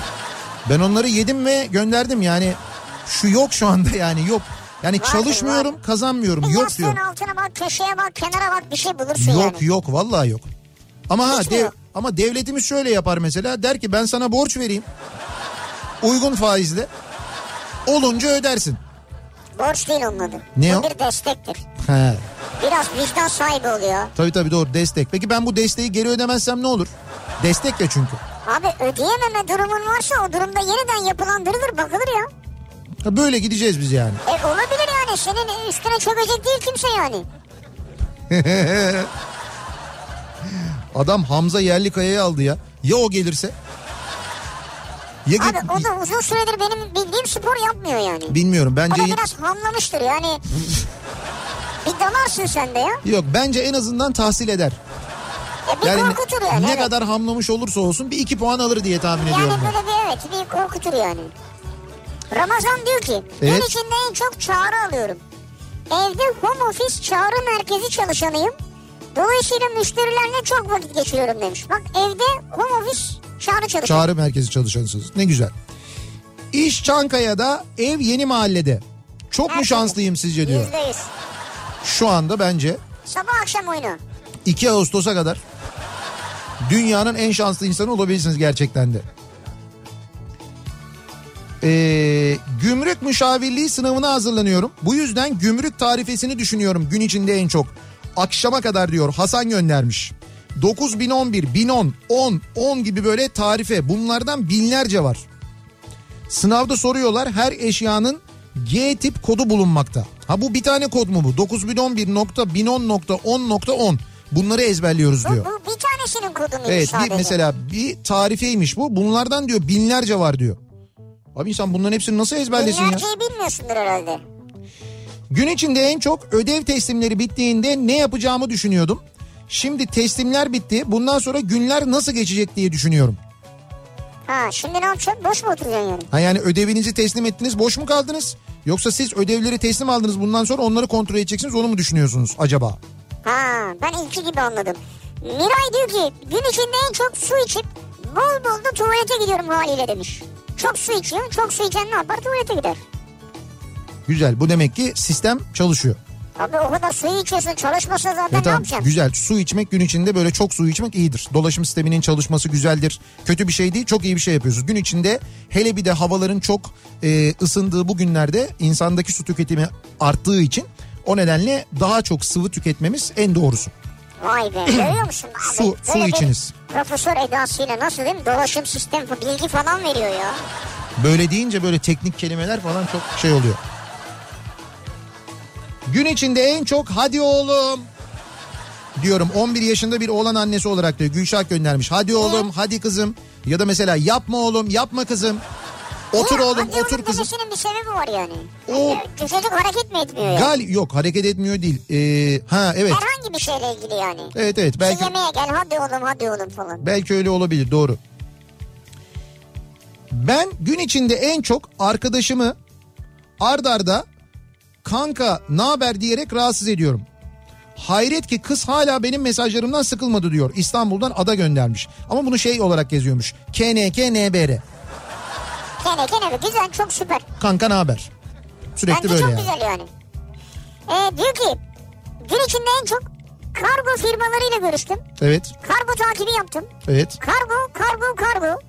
Ben onları yedim ve gönderdim yani. Yok şu anda yani yok. Yani çalışmıyorum, kazanmıyorum. Yok diyor. Yastığın altına bak, köşeye bak, kenara bak, bir şey bulursun yani. Yok vallahi yok. Ama devletimiz şöyle yapar mesela, der ki ben sana borç vereyim. Uygun faizle. Olunca ödersin. Borç değil onun adı. Ne o? O bir destektir. He. Biraz vicdan sahibi oluyor. Tabii doğru, destek. Peki ben bu desteği geri ödemezsem ne olur? Destek ya çünkü. Abi ödeyememe durumun varsa o durumda yeniden yapılandırılır, bakılır ya. Böyle gideceğiz biz yani. Olabilir yani, senin üstüne çökecek değil kimse yani. Adam Hamza Yerlikaya'yı aldı ya. Ya o gelirse? Abi o da uzun süredir benim bildiğim spor yapmıyor yani. Bilmiyorum bence. O da biraz hamlamıştır yani. Bir dalarsın sen de ya. Yok, bence en azından tahsil eder. Bir korkutur yani. Ne kadar hamlamış olursa olsun bir 2 puan alır diye tahmin ediyorum. Yani böyle bir korkutur yani. Ramazan diyor ki gün içinde en çok çağrı alıyorum. Evde home office çağrı merkezi çalışanıyım. Dolayısıyla müşterilerle çok vakit geçiriyorum demiş. Bak, evde home office çağrı çalışanı. Çağrı merkezi çalışanısınız. Ne güzel. İş Çankaya'da, ev Yeni Mahalle'de. Çok mu şanslıyım sizce diyor. %100. Şu anda bence. Sabah akşam oyunu. 2 Ağustos'a kadar dünyanın en şanslı insanı olabilirsiniz gerçekten de. Gümrük müşavirliği sınavına hazırlanıyorum. Bu yüzden gümrük tarifesini düşünüyorum gün içinde en çok. Akşama kadar diyor, Hasan göndermiş. 9011, 1010, 10 gibi böyle tarife, bunlardan binlerce var. Sınavda soruyorlar, her eşyanın G tip kodu bulunmakta. Ha bu bir tane kod mu bu? 9011.1010.10.10. Bunları ezberliyoruz diyor. Bu bir tanesinin kodu muymuş evet, sadece? mesela bir tarifeymiş bu. Bunlardan diyor binlerce var diyor. Abi insan bunların hepsini nasıl ezberlesin ya? Binlerceyi bilmiyorsundur herhalde. Gün içinde en çok ödev teslimleri bittiğinde ne yapacağımı düşünüyordum. Şimdi teslimler bitti. Bundan sonra günler nasıl geçecek diye düşünüyorum. Ha, şimdi ne yapacaksın? Boş mu oturacaksın yani? Ha, yani ödevinizi teslim ettiniz, boş mu kaldınız? Yoksa siz ödevleri teslim aldınız, bundan sonra onları kontrol edeceksiniz, onu mu düşünüyorsunuz acaba? Ha, ben ilki gibi anladım. Miray diyor ki gün içinde en çok su içip bol bol da tuvalete gidiyorum haliyle demiş. Çok su içiyor. Çok su içen ne yapar? Tuvalete gider. Güzel, bu demek ki sistem çalışıyor. Abi o kadar suyu içiyorsun, çalışmasa zaten Evet, ne yapacaksın? güzel, su içmek, gün içinde böyle çok su içmek iyidir. Dolaşım sisteminin çalışması güzeldir. Kötü bir şey değil, çok iyi bir şey yapıyorsunuz. Gün içinde hele bir de havaların çok ısındığı bu günlerde insandaki su tüketimi arttığı için o nedenle daha çok sıvı tüketmemiz en doğrusu. Vay be, görüyor musun? Abi, su içiniz. Profesör edasıyla nasıl değil mi? Dolaşım sistemi bilgi falan veriyor ya. Böyle deyince böyle teknik kelimeler falan çok şey oluyor. Gün içinde en çok hadi oğlum diyorum, 11 yaşında bir oğlan annesi olarak diyor. Gülşah göndermiş. Hadi oğlum, hadi kızım. Ya da mesela yapma oğlum, yapma kızım. Otur oğlum, otur kızım. Demesinin bir sebebi var yani. O çocuk hareket mi etmiyor ya? Yok, hareket etmiyor değil. Ha evet. Herhangi bir şeyle ilgili yani. Evet belki. Yemeğe gel, hadi oğlum falan. Belki öyle olabilir, doğru. Ben gün içinde en çok arkadaşımı ard arda kanka naber diyerek rahatsız ediyorum. Hayret ki kız hala benim mesajlarımdan sıkılmadı diyor. İstanbul'dan Ada göndermiş. Ama bunu şey olarak yazıyormuş. KNKNBR. KNKNBR güzel, çok süper. Kanka naber. Sürekli bence böyle çok yani. Güzel yani. Diyor ki gün içinde en çok kargo firmalarıyla görüştüm. Evet. Kargo takibi yaptım. Evet. Kargo.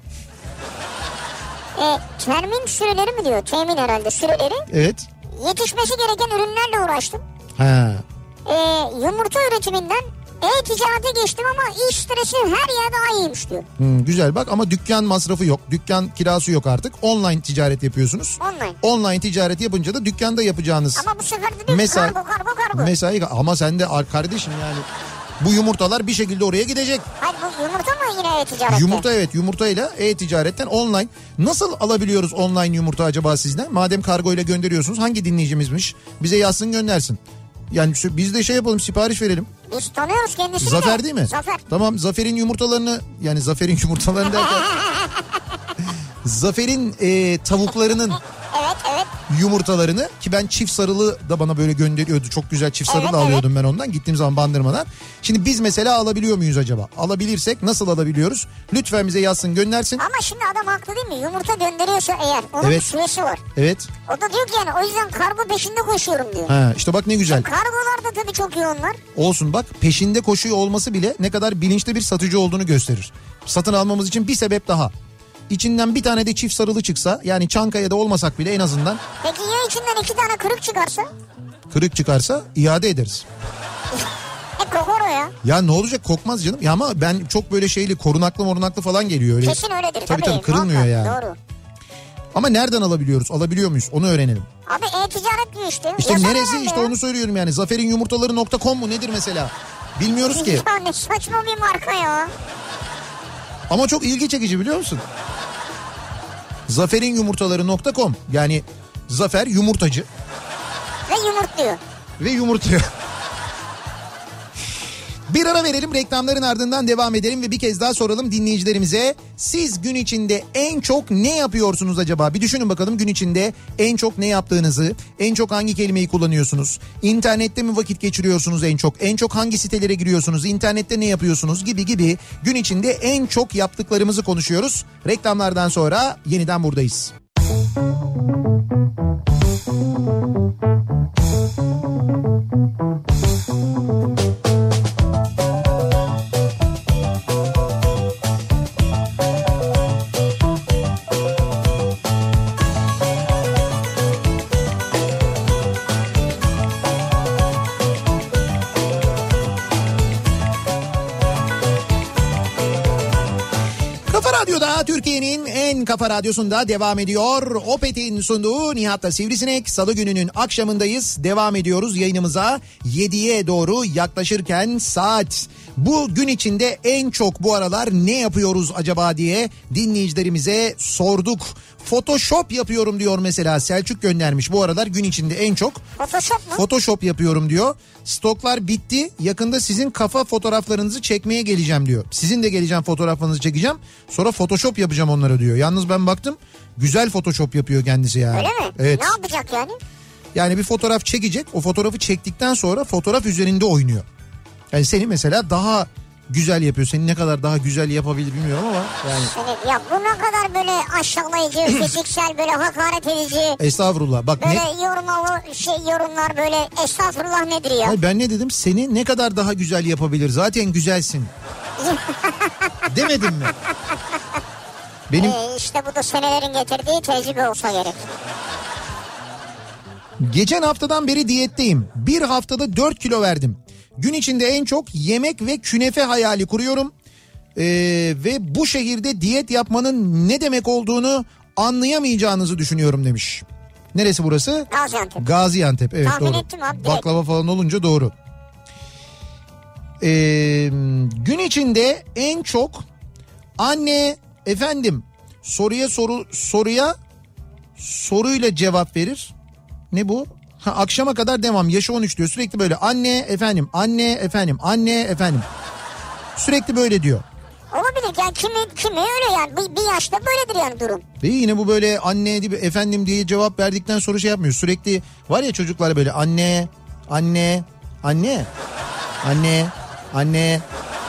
Termin süreleri mi diyor? Temin herhalde süreleri. Evet. Yetişmesi gereken ürünlerle uğraştım. Ha. Yumurta üretiminden e-ticarete geçtim ama iş stresi her yerde daha iyiymiş diyor. Güzel bak, ama dükkan masrafı yok. Dükkan kirası yok artık. Online ticaret yapıyorsunuz. Online ticaret yapınca da dükkanda yapacağınız. Ama bu sefer de diyor kargo. Mesai, ama sen de kardeşim yani. Bu yumurtalar bir şekilde oraya gidecek. Hayır, bu yumurta mı yine e-ticarette? Yumurta, evet, yumurtayla e-ticaretten online. Nasıl alabiliyoruz online yumurta acaba sizden? Madem kargo ile gönderiyorsunuz, hangi dinleyicimizmiş? Bize yazsın, göndersin. Yani biz de şey yapalım, sipariş verelim. Biz tanıyoruz kendisini. Zafer de. değil mi? Zafer. Tamam, Zafer'in yumurtalarını, yani Zafer'in yumurtalarını derken Zafer'in tavuklarının evet. yumurtalarını, ki ben çift sarılı da bana böyle gönderiyordu. Çok güzel çift sarılı alıyordum ben ondan gittiğim zaman Bandırmadan. Şimdi biz mesela alabiliyor muyuz acaba? Alabilirsek nasıl alabiliyoruz? Lütfen bize yazsın, göndersin. Ama şimdi adam haklı değil mi? Yumurta gönderiyorsa eğer onun bir süresi var. Evet. O da diyor ki yani o yüzden kargo peşinde koşuyorum diyor. Ha, işte bak ne güzel. Kargolar da tabii çok yoğunlar. Olsun bak, peşinde koşuyor olması bile ne kadar bilinçli bir satıcı olduğunu gösterir. Satın almamız için bir sebep daha. İçinden bir tane de çift sarılı çıksa, yani Çankaya'da olmasak bile en azından. Peki ya içinden 2 tane kırık çıkarsa? Kırık çıkarsa iade ederiz. Kokar o ya. Ya ne olacak, kokmaz canım. Ya ama ben çok böyle şeyli korunaklı falan geliyor öyle. Kesin öyledir tabii kırılmıyor ya. Yani. Doğru. Ama nereden alabiliyoruz? Alabiliyor muyuz? Onu öğrenelim. Abi e-ticaret diyor işte. İşte Yazar neresi işte ya? Onu söylüyorum yani. Zaferinyumurtaları.com mu nedir mesela? Bilmiyoruz ki. Ya ne saçma bir marka ya. Ama çok ilgi çekici, biliyor musun? Zaferinyumurtaları.com, yani Zafer yumurtacı. Ve yumurtluyor. Bir ara verelim, reklamların ardından devam edelim ve bir kez daha soralım dinleyicilerimize. Siz gün içinde en çok ne yapıyorsunuz acaba? Bir düşünün bakalım, gün içinde en çok ne yaptığınızı, en çok hangi kelimeyi kullanıyorsunuz? İnternette mi vakit geçiriyorsunuz en çok? En çok hangi sitelere giriyorsunuz? İnternette ne yapıyorsunuz? Gibi gün içinde en çok yaptıklarımızı konuşuyoruz. Reklamlardan sonra yeniden buradayız. Kafa Radyo'da, Türkiye'nin en kafa radyosunda devam ediyor. Opet'in sunduğu Nihat'la Sivrisinek. Salı gününün akşamındayız. Devam ediyoruz yayınımıza. 7'ye doğru yaklaşırken saat. Bu gün içinde en çok bu aralar ne yapıyoruz acaba diye dinleyicilerimize sorduk. Photoshop yapıyorum diyor mesela, Selçuk göndermiş. Bu aralar gün içinde en çok Photoshop mu? Photoshop yapıyorum diyor. Stoklar bitti. Yakında sizin kafa fotoğraflarınızı çekmeye geleceğim diyor. Sizin de geleceğim, fotoğraflarınızı çekeceğim. Sonra Photoshop yapacağım onlara diyor. Yalnız ben baktım, güzel Photoshop yapıyor kendisi yani. Öyle mi? Evet. Ne yapacak yani? Yani bir fotoğraf çekecek. O fotoğrafı çektikten sonra fotoğraf üzerinde oynuyor. Yani seni mesela daha güzel yapıyor. Seni ne kadar daha güzel yapabilir bilmiyorum ama yani. Seni, ya bu ne kadar böyle aşağılayıcı, fiziksel, böyle hakaret edici. Estağfurullah. Bak böyle yorumlar böyle estağfurullah nedir ya? Hayır, ben ne dedim? Seni ne kadar daha güzel yapabilir? Zaten güzelsin. Demedim mi? Benim İşte bu da senelerin getirdiği tecrübe olsa gerek. Geçen haftadan beri diyetteyim. Bir haftada 4 kilo verdim. Gün içinde en çok yemek ve künefe hayali kuruyorum. Ve bu şehirde diyet yapmanın ne demek olduğunu anlayamayacağınızı düşünüyorum demiş. Neresi burası? Gaziantep. Gaziantep, evet. Tahmin doğru. ettim abi. Baklava falan olunca doğru. Gün içinde en çok anne efendim soruyla cevap verir. Ne bu? Akşama kadar devam. Yaşı 13 diyor. Sürekli böyle anne efendim, anne efendim, anne efendim. Sürekli böyle diyor. Olabilir yani, kimi öyle yani, bir yaşta böyledir yani durum. Ve yine bu böyle anne diye efendim diye cevap verdikten sonra şey yapmıyor. Sürekli var ya çocuklar böyle anne, anne, anne, anne, anne.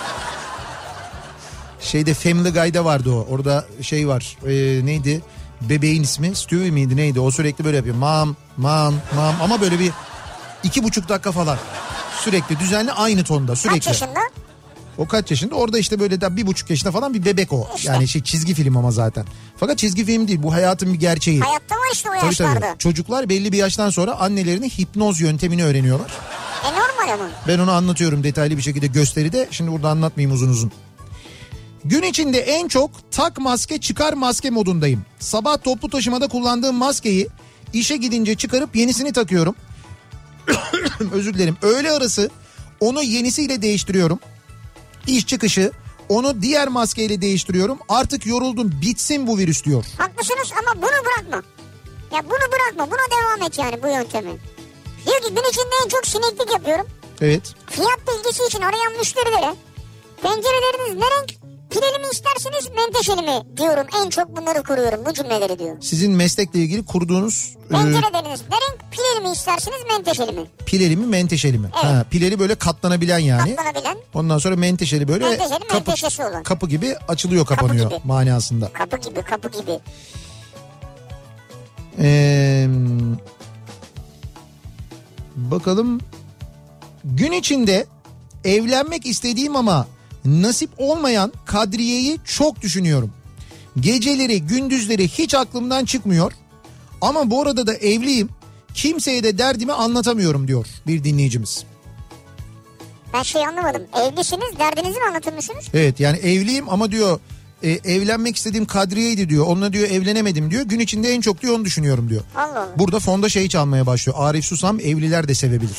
Şeyde Family Guy'da vardı o. Orada şey var. Neydi? Bebeğin ismi Stewie miydi neydi? O sürekli böyle yapıyor. Mam, mam, mam. Ama böyle bir 2,5 dakika falan. Sürekli düzenli aynı tonda. Sürekli. Kaç yaşında? O kaç yaşında? Orada işte böyle de 1,5 yaşında falan bir bebek o. İşte. Yani çizgi film ama zaten. Fakat çizgi film değil. Bu hayatın bir gerçeği. Hayatta mı işte o yaşlarda? Tabii. Çocuklar belli bir yaştan sonra annelerini hipnoz yöntemini öğreniyorlar. Normal ama. Ben onu anlatıyorum detaylı bir şekilde gösteride. Şimdi burada anlatmayayım uzun uzun. Gün içinde en çok tak maske çıkar maske modundayım. Sabah toplu taşımada kullandığım maskeyi işe gidince çıkarıp yenisini takıyorum. Özür dilerim. Öğle arası onu yenisiyle değiştiriyorum. İş çıkışı onu diğer maskeyle değiştiriyorum. Artık yoruldum, bitsin bu virüs diyor. Haklısınız ama bunu bırakma. Ya bunu bırakma, buna devam et yani bu yöntemi. Diyor ki gün içinde en çok sineklik yapıyorum. Evet. Fiyat bilgisi için arayan müşterilere pencereleriniz ne renk? Pileli mi isterseniz menteşeli mi diyorum, en çok bunları kuruyorum, bu cümleleri diyor. Sizin meslekle ilgili kurduğunuz... Pencereleriniz ne renk? Pileli mi isterseniz menteşeli mi? Pileli mi menteşeli mi? Evet. Ha, pileli böyle katlanabilen yani. Katlanabilen. Ondan sonra menteşeli böyle menteşesi olan. Kapı gibi açılıyor kapanıyor kapı gibi. Manasında. Kapı gibi. Bakalım. Gün içinde evlenmek istediğim ama nasip olmayan Kadriye'yi çok düşünüyorum. Geceleri gündüzleri hiç aklımdan çıkmıyor. Ama bu arada da evliyim. Kimseye de derdimi anlatamıyorum diyor bir dinleyicimiz. Ben anlamadım. Evlisiniz, derdinizi mi anlatır mısınız? Evet yani evliyim ama diyor evlenmek istediğim Kadriye'ydi diyor. Onunla diyor evlenemedim diyor. Gün içinde en çok diyor onu düşünüyorum diyor. Allah Allah. Burada fonda çalmaya başlıyor. Arif Susam evliler de sevebilir.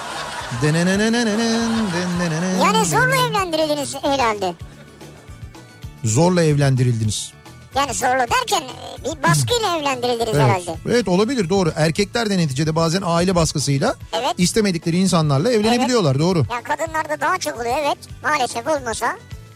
Yani zorla evlendirildiniz herhalde. Zorla evlendirildiniz. Yani zorla derken bir baskıyla evlendirildiniz herhalde. Evet olabilir, doğru. Erkekler de neticede bazen aile baskısıyla istemedikleri insanlarla evlenebiliyorlar, doğru. Yani kadınlarda daha çok oluyor, evet. Maalesef olmasa.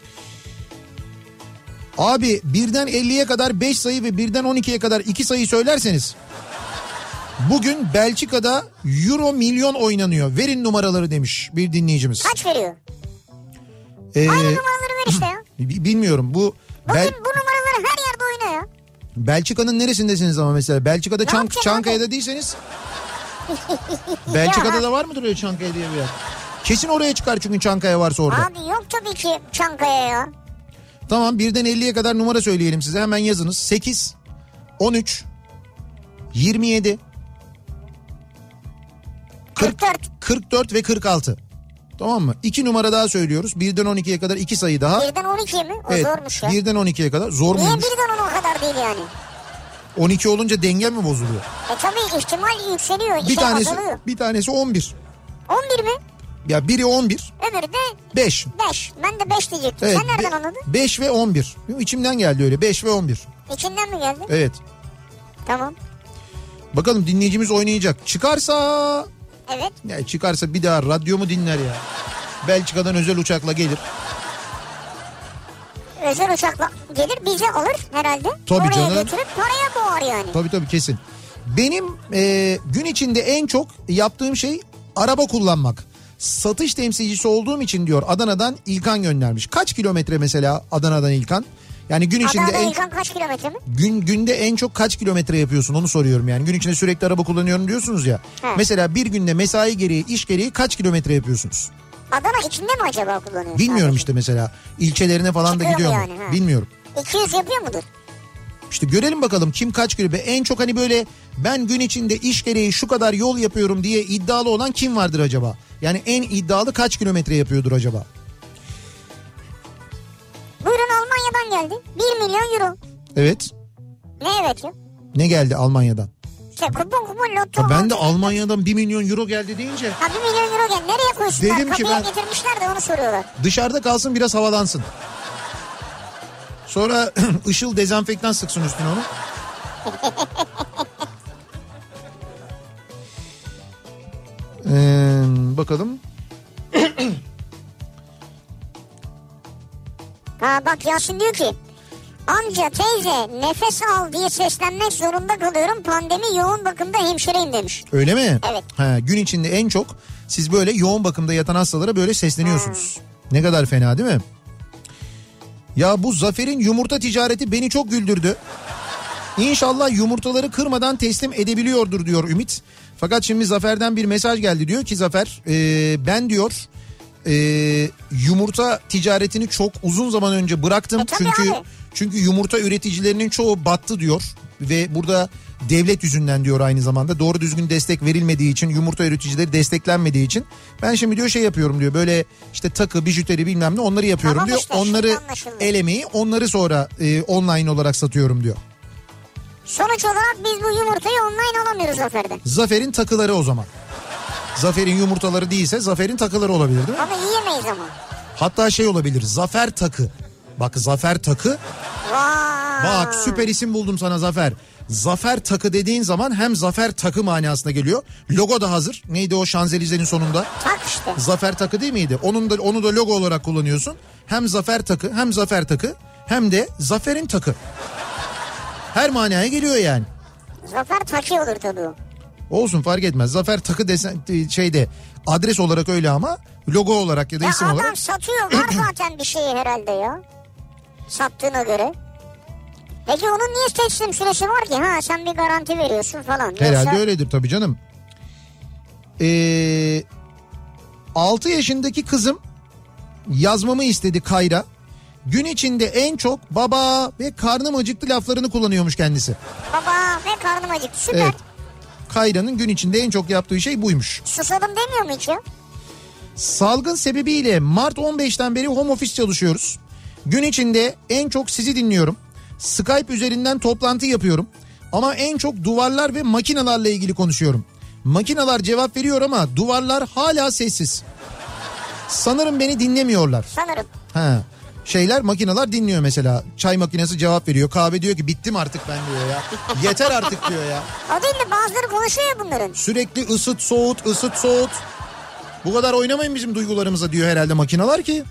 Abi birden 50'ye kadar 5 sayı ve birden 12'ye kadar 2 sayı söylerseniz bugün Belçika'da Euro milyon oynanıyor. Verin numaraları demiş bir dinleyicimiz. Kaç veriyor? Aynı numaraları ver işte ya. Bilmiyorum bu... Bugün bu numaraları her yerde oynuyor. Belçika'nın neresindesiniz ama mesela? Belçika'da Çankaya'da değilseniz... Belçika'da da var mıdır öyle Çankaya diye bir yer? Kesin oraya çıkar çünkü Çankaya varsa orada. Abi yok tabii ki Çankaya ya. Tamam, birden 50'ye kadar numara söyleyelim size, hemen yazınız. 8, 13, 27, 44 ve 46. Tamam mı? 2 numara daha söylüyoruz. 1'den 12'ye kadar 2 sayı daha. 1'den 12'ye mi? O evet, zormuş ya. 1'den 12'ye kadar. Zor Niye muymuş? 1'den 10'a kadar değil yani? 12 olunca dengen mi bozuluyor? Tabii ihtimal yükseliyor. Bir tanesi 11. 11 mi? Ya biri 11. Öbürü de 5. 5. Ben de 5 diyecektim. Evet, Sen nereden anladın? 5 ve 11. İçimden geldi öyle. 5 ve 11. İçinden mi geldi? Evet. Tamam. Bakalım dinleyicimiz oynayacak. Çıkarsa... Evet. Ya çıkarsa bir daha radyomu dinler ya. Belçika'dan özel uçakla gelir. Özel uçakla gelir bizi alır herhalde. Tabii oraya canım. götürüp paraya boğar yani. Tabii kesin. Benim gün içinde en çok yaptığım şey araba kullanmak. Satış temsilcisi olduğum için diyor Adana'dan İlkan göndermiş. Kaç kilometre mesela Adana'dan İlkan? Yani gün içinde Adana'dan İlkan kaç kilometre mi? Günde en çok kaç kilometre yapıyorsun onu soruyorum yani. Gün içinde sürekli araba kullanıyorum diyorsunuz ya. He. Mesela bir günde mesai gereği, iş gereği kaç kilometre yapıyorsunuz? Adana içinde mi acaba kullanıyorsun? Bilmiyorum sadece? işte mesela. İlçelerine falan Çıkıyor da gidiyor mu? yani, Bilmiyorum. 200 yapıyor mudur? İşte görelim bakalım kim kaç kilometre. En çok hani böyle ben gün içinde iş gereği şu kadar yol yapıyorum diye iddialı olan kim vardır acaba? Yani en iddialı kaç kilometre yapıyordur acaba? Buyurun Almanya'dan geldi. 1 milyon euro. Evet. Ne evet ya? Ne geldi Almanya'dan? İşte kupon loto. Ha ben de Almanya'dan 1 milyon euro geldi deyince. Ha 1 milyon euro geldi. Nereye koysunlar? Dedim ki Kapıya ben- getirmişler de onu soruyorlar. Dışarıda kalsın biraz havalansın. Sonra ışıl dezenfektan sıksın üstüne onu. Bakalım. Ha bak Yasin diyor ki amca teyze nefes al diye seslenmek zorunda kalıyorum. Pandemi yoğun bakımda hemşireyim demiş. Öyle mi? Evet. Ha, gün içinde en çok siz böyle yoğun bakımda yatan hastalara böyle sesleniyorsunuz. Ne kadar fena değil mi? Ya bu Zafer'in yumurta ticareti beni çok güldürdü. İnşallah yumurtaları kırmadan teslim edebiliyordur diyor Ümit. Fakat şimdi Zafer'den bir mesaj geldi, diyor ki Zafer ben diyor yumurta ticaretini çok uzun zaman önce bıraktım. Çünkü yumurta üreticilerinin çoğu battı diyor ve burada devlet yüzünden diyor, aynı zamanda doğru düzgün destek verilmediği için, yumurta üreticileri desteklenmediği için ben şimdi diyor şey yapıyorum diyor, böyle işte takı, bijuteri bilmem ne onları yapıyorum tamam diyor. işte, onları el emeği, onları sonra online olarak satıyorum diyor. Sonuç olarak biz bu yumurtayı online alamıyoruz Zafer'den. Zafer'in takıları o zaman. Zafer'in yumurtaları değilse Zafer'in takıları olabilir değil mi? Ama yiyemeyiz ama. Hatta şey olabilir, Zafer takı. Bak Zafer takı. Vay. Bak süper isim buldum sana Zafer. Zafer takı dediğin zaman hem Zafer takı manasına geliyor. Logo da hazır. Neydi o Şanzelize'nin sonunda? Tak işte. Zafer takı değil miydi? Onu da logo olarak kullanıyorsun. Hem Zafer takı, hem Zafer takı, hem de Zafer'in takı. Her manaya geliyor yani. Zafer takı olur tabii o. Olsun, fark etmez. Zafer takı desen şeyde adres olarak öyle ama logo olarak ya da isim adam olarak. satıyor, var zaten bir şeyi herhalde ya. Sattığına göre. Peki onun niye teslim süresi var ki? Ha sen bir garanti veriyorsun falan. Herhalde Yoksa... öyledir tabii canım. 6 yaşındaki kızım yazmamı istedi Kayra. Gün içinde en çok baba ve karnım acıktı laflarını kullanıyormuş kendisi. Baba ve karnım acıktı, süper. Evet. Kayra'nın gün içinde en çok yaptığı şey buymuş. Susadım demiyor mu hiç ya? Salgın sebebiyle Mart 15'ten beri home office çalışıyoruz. Gün içinde en çok sizi dinliyorum. Skype üzerinden toplantı yapıyorum. Ama en çok duvarlar ve makinelerle ilgili konuşuyorum. Makineler cevap veriyor ama duvarlar hala sessiz. Sanırım beni dinlemiyorlar. Sanırım. Ha. Makineler dinliyor mesela. Çay makinesi cevap veriyor. Kahve diyor ki bittim artık ben diyor ya. Yeter artık diyor ya. O değil de bazıları konuşuyor ya bunların. Sürekli ısıt soğut, ısıt soğut. Bu kadar oynamayın bizim duygularımıza diyor herhalde makineler ki.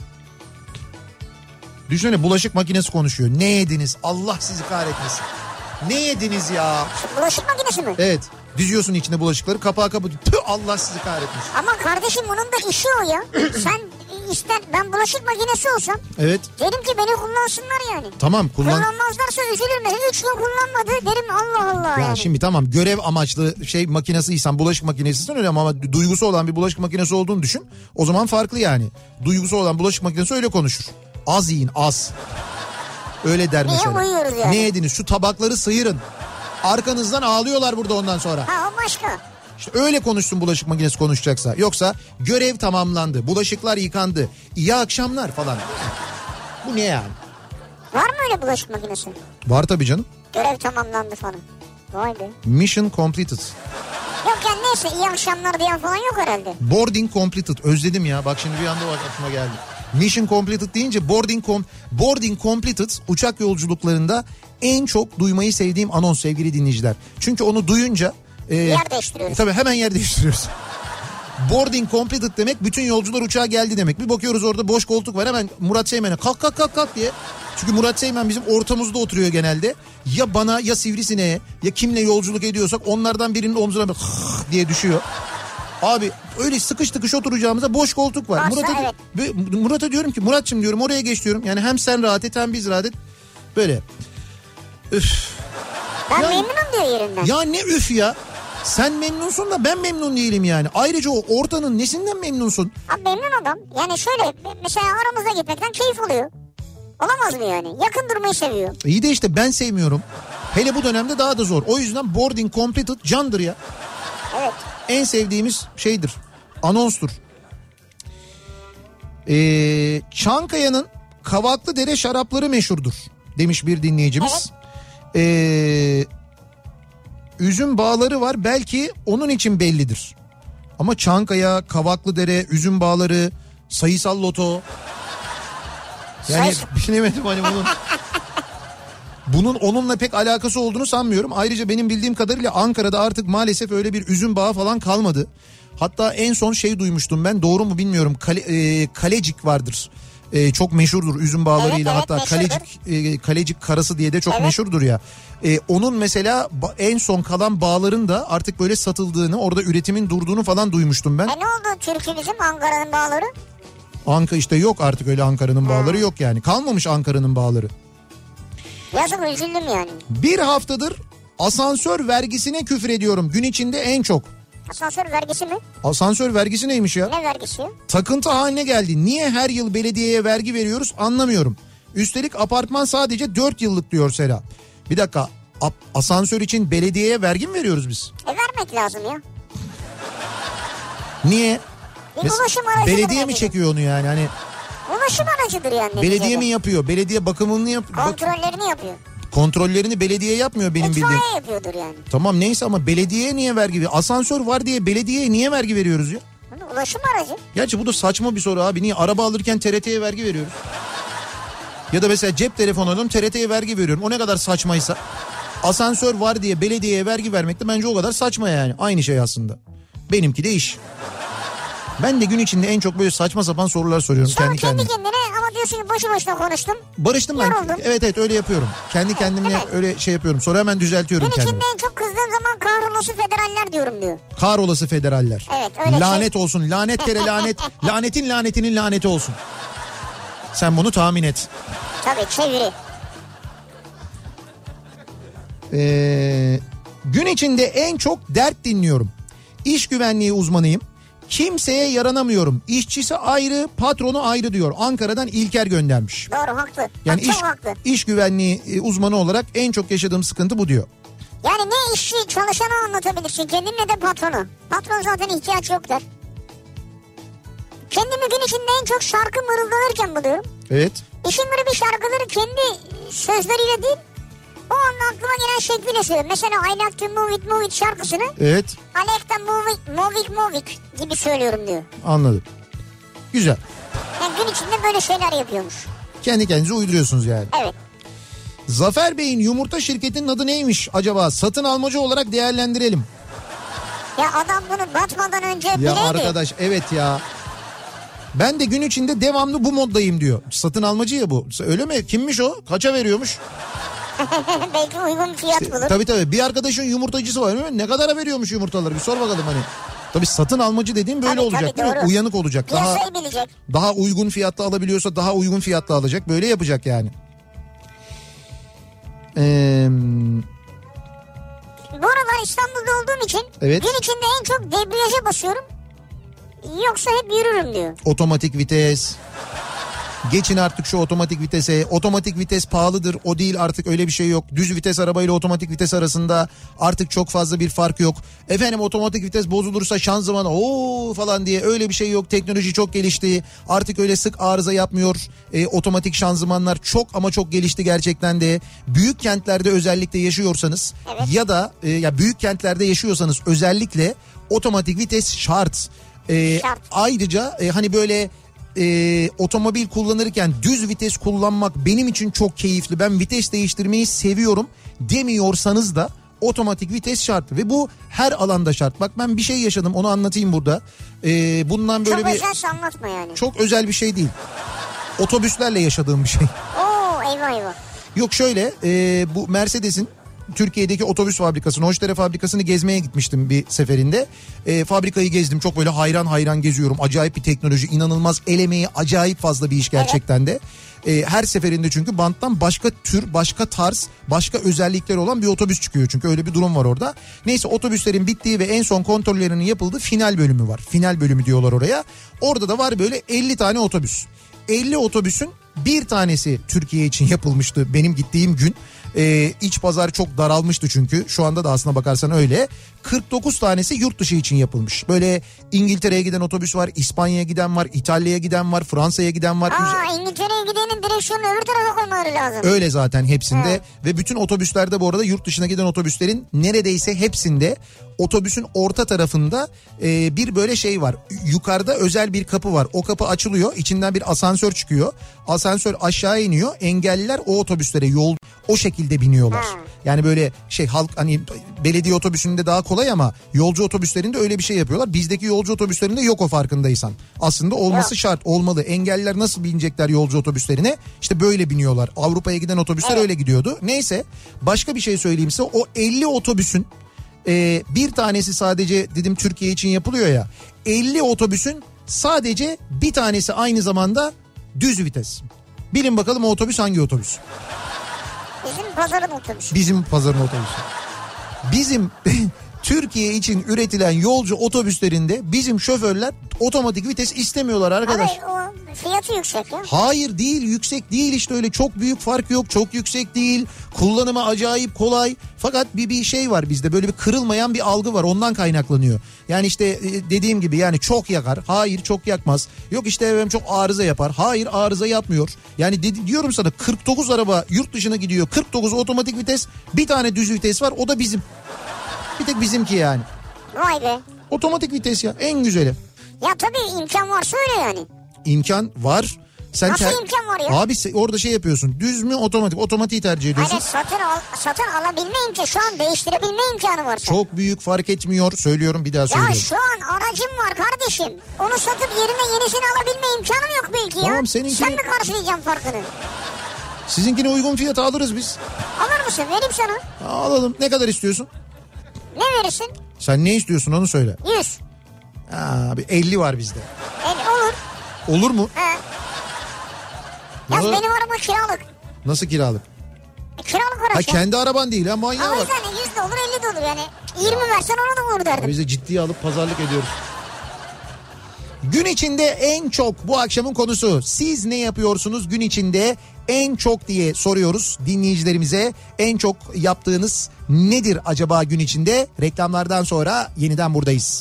Düşünsene, bulaşık makinesi konuşuyor. Ne yediniz? Allah sizi kahretmesin. Ne yediniz ya? Bulaşık makinesi mi? Evet. Diziyorsun içine bulaşıkları, kapağı kapatıyorsun. Tüh, Allah sizi kahretmesin. Ama kardeşim bunun da işi o ya. Sen ister ben bulaşık makinesi olsam. Evet. Derim ki beni kullansınlar yani. Tamam Kullanmazlarsa üzülür mesela. 3 gün kullanmadı derim, Allah Allah ya yani. şimdi tamam, görev amaçlı makinesiysen, bulaşık makinesisin öyle ama duygusu olan bir bulaşık makinesi olduğunu düşün. O zaman farklı yani. Duygusu olan bulaşık makinesi öyle konuşur. Az yiyin, az. Öyle der niye mesela. Uyuyoruz yani? Ne yediniz? Şu tabakları sıyırın. Arkanızdan ağlıyorlar burada ondan sonra. Ha o başka. İşte öyle konuşsun bulaşık makinesi konuşacaksa. Yoksa görev tamamlandı, bulaşıklar yıkandı, iyi akşamlar falan. Bu ne yani? Var mı öyle bulaşık makinesi? Var tabii canım. Görev tamamlandı falan. Vay be. Mission completed. Yok yani neyse iyi akşamlar diyen falan yok herhalde. Boarding completed. Özledim ya. Bak şimdi bir anda aklıma geldi. Mission completed deyince boarding completed uçak yolculuklarında en çok duymayı sevdiğim anons sevgili dinleyiciler. Çünkü onu duyunca yer değiştiriyoruz. Tabii hemen yer değiştiriyoruz. Boarding completed demek bütün yolcular uçağa geldi demek. Bir bakıyoruz orada boş koltuk var, hemen Murat Seymen'e kalk diye. Çünkü Murat Seymen bizim ortamızda oturuyor genelde. Ya bana ya Sivrisine'ye ya kimle yolculuk ediyorsak onlardan birinin omzuna diye düşüyor. Abi öyle sıkış tıkış oturacağımıza boş koltuk var. Murat'a diyorum ki Murat'cığım diyorum oraya geç diyorum. Yani hem sen rahat et hem biz rahat et. Böyle. Üf. Ben memnunum diyor yerinden. Ya ne üf ya. Sen memnunsun da ben memnun değilim yani. Ayrıca o ortanın nesinden memnunsun? Abi memnun adam. Yani şöyle mesela aramızda gitmekten keyif alıyor. Olamaz mı yani? Yakın durmayı seviyor. İyi de işte ben sevmiyorum. Hele bu dönemde daha da zor. O yüzden boarding completed candır ya. Evet. En sevdiğimiz şeydir. Anonstur. Çankaya'nın Kavaklıdere şarapları meşhurdur demiş bir dinleyicimiz. Evet. Üzüm bağları var, belki onun için bellidir. Ama Çankaya, Kavaklıdere, üzüm bağları, sayısal loto. Yani bilemedim hani bunun onunla pek alakası olduğunu sanmıyorum. Ayrıca benim bildiğim kadarıyla Ankara'da artık maalesef öyle bir üzüm bağı falan kalmadı. Hatta en son duymuştum ben, doğru mu bilmiyorum. Kalecik vardır. Çok meşhurdur üzüm bağlarıyla, evet, hatta Kalecik karası diye de çok meşhurdur ya. Onun mesela en son kalan bağların da artık böyle satıldığını, orada üretimin durduğunu falan duymuştum ben. Ne oldu Türkiye bizim Ankara'nın bağları? Anka işte yok artık öyle, Ankara'nın bağları yok yani. Kalmamış Ankara'nın bağları. Yazık, üzüldüm yani. Bir haftadır asansör vergisine küfür ediyorum gün içinde en çok. Asansör vergisi mi? Asansör vergisi neymiş ya? Ne vergisi? Takıntı haline geldi. Niye her yıl belediyeye vergi veriyoruz anlamıyorum. Üstelik apartman sadece 4 yıllık diyor Sera. Bir dakika, asansör için belediyeye vergi mi veriyoruz biz? Vermek lazım ya. Niye? Ulaşım aracıdır. Belediye mi çekiyor onu yani? Hani ulaşım aracıdır yani. Belediye mi yapıyor? Belediye bakımını yapıyor. Kontrollerini yapıyor. Kontrollerini belediye yapmıyor benim bildiğim. İtfaiye yapıyordur yani. Tamam neyse ama belediyeye niye vergi veriyor? Asansör var diye belediyeye niye vergi veriyoruz ya? Ulaşım aracı. Gerçi bu da saçma bir soru abi. Niye araba alırken TRT'ye vergi veriyoruz? Ya da mesela cep telefonu alıyorum, TRT'ye vergi veriyorum. O ne kadar saçmaysa. Asansör var diye belediyeye vergi vermek de bence o kadar saçma yani. Aynı şey aslında. Benimki de iş. Ben de gün içinde en çok böyle saçma sapan sorular soruyorum kendi kendime. Kendi kendine ama diyorsun ki boşu boşuna konuştum. Barıştım ben. Yoruldum. Evet öyle yapıyorum. Kendi kendimle öyle şey yapıyorum. Sonra hemen düzeltiyorum kendimi. Gün içinde en çok kızdığım zaman kahrolası federaller diyorum diyor. Kahrolası federaller. Evet öyle. Lanet olsun. Lanet kere lanet. Lanetin lanetinin laneti olsun. Sen bunu tahmin et. Tabii çeviri. Gün içinde en çok dert dinliyorum. İş güvenliği uzmanıyım. Kimseye yaranamıyorum. İşçisi ayrı, patronu ayrı diyor. Ankara'dan İlker göndermiş. Doğru, haklı. Yani haklı. iş güvenliği uzmanı olarak en çok yaşadığım sıkıntı bu diyor. Yani ne işçi çalışanı anlatabilirsin kendin ne de patronu. Patron zaten ihtiyaç yok der. Kendimi gün içinde en çok şarkı mırıldanırken buluyorum. Evet. İşin bir şarkıları kendi sözleriyle değil, o anda aklıma gelen şekliyle söylüyorum. Mesela I like to move it şarkısını. Evet. I like to move it gibi söylüyorum diyor. Anladım. Güzel. Yani gün içinde böyle şeyler yapıyormuş. Kendi kendinize uyduruyorsunuz yani. Evet. Zafer Bey'in yumurta şirketinin adı neymiş acaba? Satın almacı olarak değerlendirelim. Ya adam bunu batmadan önce bileydi. Ya arkadaş evet ya. Ben de gün içinde devamlı bu moddayım diyor. Satın almacı ya bu. Öyle mi? Kimmiş o? Kaça veriyormuş? Belki uygun fiyat bulur. Tabii. Bir arkadaşın yumurtacısı var. Ne kadara veriyormuş yumurtaları? Bir sor bakalım hani. Tabii satın almacı dediğim böyle olacak değil mi? Uyanık olacak. Piyasayı bilecek. Daha uygun fiyatla alabiliyorsa daha uygun fiyatla alacak. Böyle yapacak yani. Bu aralar İstanbul'da olduğum için gün içinde en çok debriyaja basıyorum. Yoksa hep yürürüm diyor. Otomatik vites. Geçin artık şu otomatik vitese. Otomatik vites pahalıdır. O değil, artık öyle bir şey yok. Düz vites arabayla otomatik vites arasında artık çok fazla bir fark yok. Efendim otomatik vites bozulursa şanzıman o falan diye öyle bir şey yok. Teknoloji çok gelişti. Artık öyle sık arıza yapmıyor. Otomatik şanzımanlar çok ama çok gelişti gerçekten de. Büyük kentlerde özellikle yaşıyorsanız ya da ya büyük kentlerde yaşıyorsanız özellikle otomatik vites şart. Ayrıca hani böyle otomobil kullanırken düz vites kullanmak benim için çok keyifli, ben vites değiştirmeyi seviyorum demiyorsanız da otomatik vites şart ve bu her alanda şart. Bak ben bir şey yaşadım, onu anlatayım burada. Bundan böyle çok özelse anlatma yani. Çok özel bir şey değil. Otobüslerle yaşadığım bir şey. Oo eyvah eyvah. Yok şöyle bu Mercedes'in Türkiye'deki otobüs fabrikasını, Hoşdere fabrikasını gezmeye gitmiştim bir seferinde. Fabrikayı gezdim, çok böyle hayran hayran geziyorum. Acayip bir teknoloji, inanılmaz el emeği, acayip fazla bir iş gerçekten de. Her seferinde çünkü banttan başka tür, başka tarz, başka özellikleri olan bir otobüs çıkıyor. Çünkü öyle bir durum var orada. Neyse otobüslerin bittiği ve en son kontrollerinin yapıldığı final bölümü var. Final bölümü diyorlar oraya. Orada da var böyle 50 tane otobüs. 50 otobüsün bir tanesi Türkiye için yapılmıştı benim gittiğim gün. İç pazar çok daralmıştı çünkü. Şu anda da aslına bakarsan öyle. 49 tanesi yurt dışı için yapılmış. Böyle İngiltere'ye giden otobüs var, İspanya'ya giden var, İtalya'ya giden var, Fransa'ya giden var. İngiltere'ye gidenin direksiyonu öbür tarafa koymaları lazım. Öyle zaten hepsinde. Ve bütün otobüslerde bu arada yurt dışına giden otobüslerin neredeyse hepsinde otobüsün orta tarafında bir böyle şey var. Yukarıda özel bir kapı var. O kapı açılıyor. İçinden bir asansör çıkıyor. Asansör aşağı iniyor. Engelliler o otobüslere yol o şekilde biniyorlar. Yani böyle şey halk hani belediye otobüsünde daha kolay ama yolcu otobüslerinde öyle bir şey yapıyorlar. Bizdeki yolcu otobüslerinde yok o, farkındaysan. Aslında olması şart, olmalı. Engelliler nasıl binecekler yolcu otobüslerine? İşte böyle biniyorlar. Avrupa'ya giden otobüsler öyle gidiyordu. Neyse başka bir şey söyleyeyim size. O 50 otobüsün bir tanesi sadece dedim Türkiye için yapılıyor ya. 50 otobüsün sadece bir tanesi aynı zamanda düz vites. Bilin bakalım o otobüs hangi otobüs? Bizim pazarın otobüsü. Bizim pazarın otobüsü. Bizim Türkiye için üretilen yolcu otobüslerinde bizim şoförler otomatik vites istemiyorlar arkadaş. Hayır, o fiyatı yüksek ya. Hayır değil, yüksek değil, işte öyle çok büyük fark yok, çok yüksek değil. Kullanımı acayip kolay. Fakat bir şey var bizde, böyle bir kırılmayan bir algı var, ondan kaynaklanıyor. Yani işte dediğim gibi yani çok yakar. Hayır çok yakmaz. Yok işte efendim çok arıza yapar. Hayır arıza yapmıyor. Yani diyorum sana 49 araba yurt dışına gidiyor. 49 otomatik vites, bir tane düz vites var, o da bizim. Bir tek bizimki yani. Vay be. Otomatik vites ya, en güzeli. Ya tabii imkan varsa öyle yani. İmkan var. Sen nasıl imkan var ya? Abi orada şey yapıyorsun. Düz mü otomatik? Otomatiği tercih ediyorsun. Hayır satın alabilme imkanı, şu an değiştirebilme imkanı var. Çok büyük fark etmiyor. Söylüyorum, bir daha söylüyorum. Ya şu an aracım var kardeşim. Onu satıp yerine yenisini alabilme imkanım yok belki ya. Tamam, seninki... Sen mi karşılayacaksın farkını? Sizinkine uygun fiyata alırız biz. Alır mısın? Vereyim sana. Alalım. Ne kadar istiyorsun? Ne verirsin? Sen ne istiyorsun onu söyle. 100. Abi 50 var bizde. 50 olur. Olur mu? He. Yaz benim araba kiralık. Nasıl kiralık? Kiralık araç. Ha kendi araban değil ha, manyağa bak. O yüzden 100 de olur 50 de olur yani. 20 versen ona da olur derdim. Biz de ciddiye alıp pazarlık ediyoruz. Gün içinde en çok, bu akşamın konusu, siz ne yapıyorsunuz gün içinde en çok diye soruyoruz dinleyicilerimize. En çok yaptığınız nedir acaba gün içinde? Reklamlardan sonra yeniden buradayız.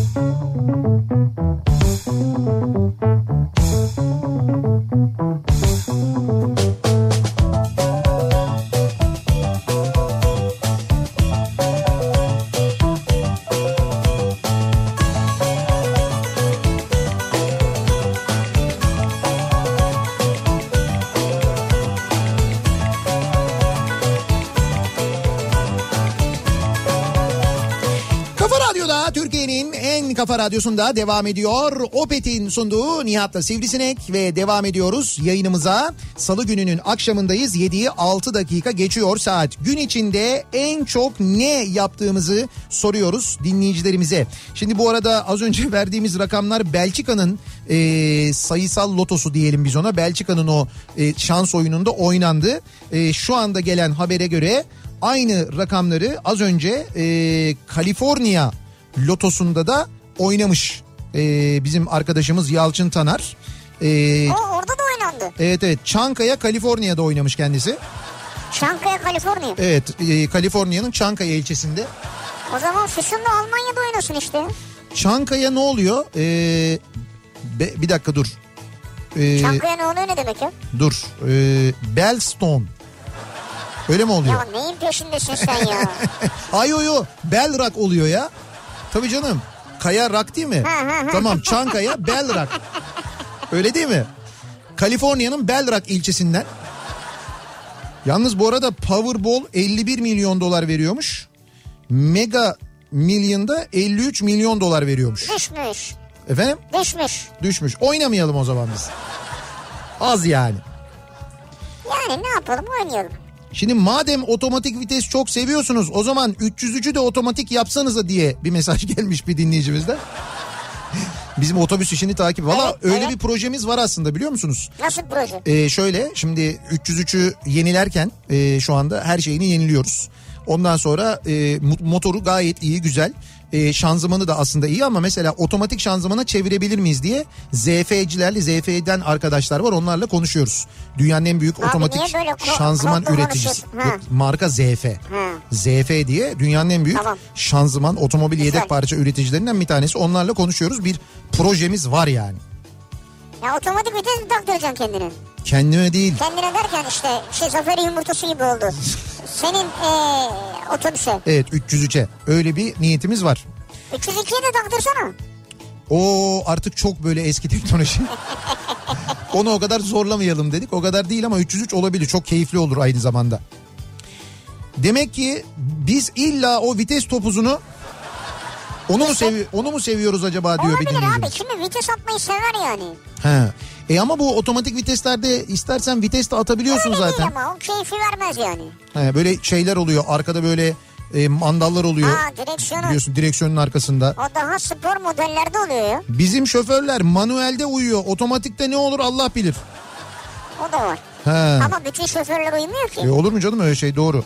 Kafa Radyosu'nda devam ediyor. Opet'in sunduğu Nihat'la Sivrisinek ve devam ediyoruz yayınımıza. Salı gününün akşamındayız. 7'yi 6 dakika geçiyor saat. Gün içinde en çok ne yaptığımızı soruyoruz dinleyicilerimize. Şimdi bu arada az önce verdiğimiz rakamlar Belçika'nın sayısal lotosu diyelim biz ona. Belçika'nın o şans oyununda oynandı. Şu anda gelen habere göre aynı rakamları az önce Kaliforniya lotosunda da oynamış bizim arkadaşımız Yalçın Taner. Orada da oynandı. döndü. Evet. Çankaya, Kaliforniya'da oynamış kendisi. Çankaya, Kaliforniya. Evet, Kaliforniya'nın Çankaya ilçesinde. O zaman Füsun'da Almanya'da oynasın işte. Çankaya ne oluyor? Bir dakika dur. Çankaya ne oluyor ne demek ya? Dur. Bellstone. Öyle mi oluyor? Ya neyin peşindesin sen ya? Ay yo. Bell Rock oluyor ya. Tabii canım. Kaya Rock değil mi? Tamam, Çankaya Bell Rock. Öyle değil mi? Kaliforniya'nın Bell Rock ilçesinden. Yalnız bu arada Powerball 51 milyon dolar veriyormuş. Mega Million'da 53 milyon dolar veriyormuş. Düşmüş. Efendim? Düşmüş. Oynamayalım o zaman biz. Az yani. Yani ne yapalım, oynayalım. Şimdi madem otomatik vites çok seviyorsunuz, o zaman 303'ü de otomatik yapsanıza diye bir mesaj gelmiş bir dinleyicimizden. Bizim otobüs işini takip. Valla öyle bir projemiz var aslında, biliyor musunuz? Nasıl proje? Şöyle, şimdi 303'ü yenilerken şu anda her şeyini yeniliyoruz. Ondan sonra motoru gayet iyi, güzel. Şanzımanı da aslında iyi ama mesela otomatik şanzımana çevirebilir miyiz diye ZF'cilerle, ZF'den arkadaşlar var, onlarla konuşuyoruz. Dünyanın en büyük otomatik şanzıman üreticisi. Marka ZF. ZF diye dünyanın en büyük şanzıman otomobil yedek parça üreticilerinden bir tanesi. Onlarla konuşuyoruz. Bir projemiz var yani. Ya otomatik vites mi taktıracaksın kendine? Kendime değil. Kendine derken işte Zafer'in yumurtası gibi oldu. Senin otobüse. Evet, 303'e. Öyle bir niyetimiz var. 302'ye de taktırsana. O artık çok böyle eski teknoloji. Onu o kadar zorlamayalım dedik. O kadar değil ama 303 olabilir. Çok keyifli olur aynı zamanda. Demek ki biz illa o vites topuzunu onu mu seviyoruz acaba diyor bir dinleyicimiz. Olabilir abi. Şimdi vites atmayı sever yani. He. Ama bu otomatik viteslerde istersen vites de atabiliyorsun öyle zaten. Öyle değil ama o keyfi vermez yani. Böyle şeyler oluyor. Arkada böyle mandallar oluyor. Direksiyonu. Biliyorsun, direksiyonun arkasında. O daha spor modellerde oluyor ya. Bizim şoförler manuelde uyuyor. Otomatikte ne olur Allah bilir. O da var. Ama bütün şoförler uyumuyor ki. Olur mu canım öyle şey, doğru.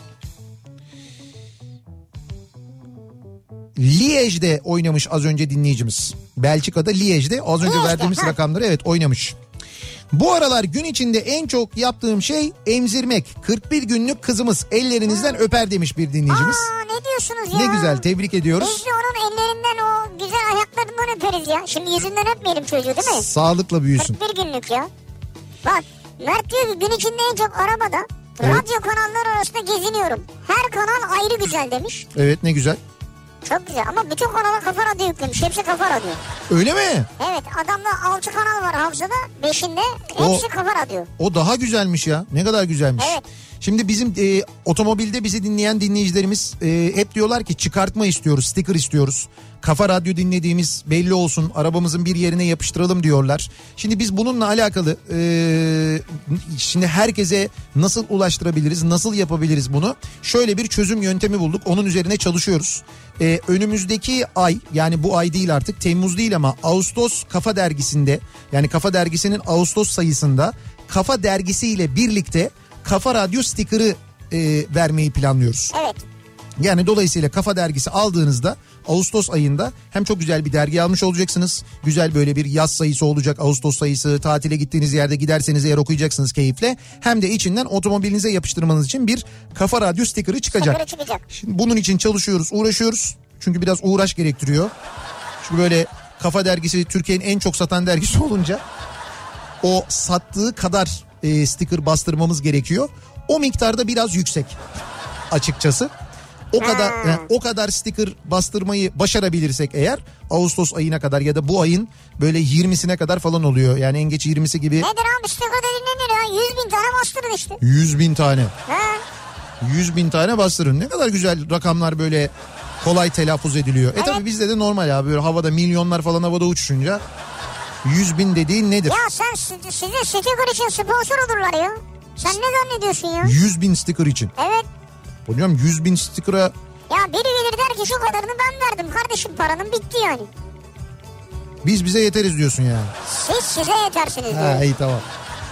Liège'de oynamış az önce dinleyicimiz. Belçika'da Liège'de az önce verdiğimiz rakamları oynamış. Bu aralar gün içinde en çok yaptığım şey emzirmek. 41 günlük kızımız, ellerinizden öper demiş bir dinleyicimiz. Ne diyorsunuz ya? Ne güzel, tebrik ediyoruz. Biz de onun ellerinden, o güzel ayaklarından öperiz ya. Şimdi yüzünden öpmeyelim çocuğu, değil mi? Sağlıkla büyüsün. 41 günlük ya. Bak Mert diyor ki gün içinde en çok arabada radyo kanalları arasında geziniyorum. Her kanal ayrı güzel demiş. Evet, ne güzel. Çok güzel ama bütün kanala Kafa Radyo yüklemiş. Hepsi Kafa Radyo. Öyle mi? Evet, adamda 6 kanal var hafızada. 5'inde hepsi Kafa Radyo. O daha güzelmiş ya. Ne kadar güzelmiş. Evet. Şimdi bizim otomobilde bizi dinleyen dinleyicilerimiz hep diyorlar ki çıkartma istiyoruz, sticker istiyoruz. Kafa Radyo dinlediğimiz belli olsun, arabamızın bir yerine yapıştıralım diyorlar. Şimdi biz bununla alakalı şimdi herkese nasıl ulaştırabiliriz, nasıl yapabiliriz bunu? Şöyle bir çözüm yöntemi bulduk, onun üzerine çalışıyoruz. Önümüzdeki ay, yani bu ay değil artık, Temmuz değil ama Ağustos Kafa Dergisi'nde, yani Kafa Dergisi'nin Ağustos sayısında Kafa Dergisi ile birlikte Kafa Radyo sticker'ı vermeyi planlıyoruz. Evet. Yani dolayısıyla Kafa Dergisi aldığınızda Ağustos ayında hem çok güzel bir dergi almış olacaksınız. Güzel böyle bir yaz sayısı olacak, Ağustos sayısı. Tatile gittiğiniz yerde giderseniz eğer okuyacaksınız keyifle. Hem de içinden otomobilinize yapıştırmanız için bir Kafa Radyo sticker'ı çıkacak. Şimdi bunun için çalışıyoruz, uğraşıyoruz. Çünkü biraz uğraş gerektiriyor. Çünkü böyle Kafa Dergisi Türkiye'nin en çok satan dergisi olunca o sattığı kadar sticker bastırmamız gerekiyor. O miktarda biraz yüksek açıkçası. O kadar sticker bastırmayı başarabilirsek eğer Ağustos ayına kadar ya da bu ayın böyle 20'sine kadar falan oluyor. Yani en geç 20'si gibi. Nedir abi, sticker dediğin nedir ya? 100.000 tane bastırın işte. 100.000 tane. 100.000 tane bastırın. Ne kadar güzel rakamlar, böyle kolay telaffuz ediliyor. Evet. Tabii bizde de normal ya, böyle havada milyonlar falan havada uçuşunca 100.000 dediğin nedir? Ya sen size sticker için sponsor olurlar ya. Sen ne zannediyorsun ya? 100.000 sticker için. Evet. Hocam 100.000 sticker'a... Ya biri gelir der ki şu kadarını ben verdim kardeşim, paranın bitti yani. Biz bize yeteriz diyorsun yani. Size yetersiniz diyor. İyi tamam.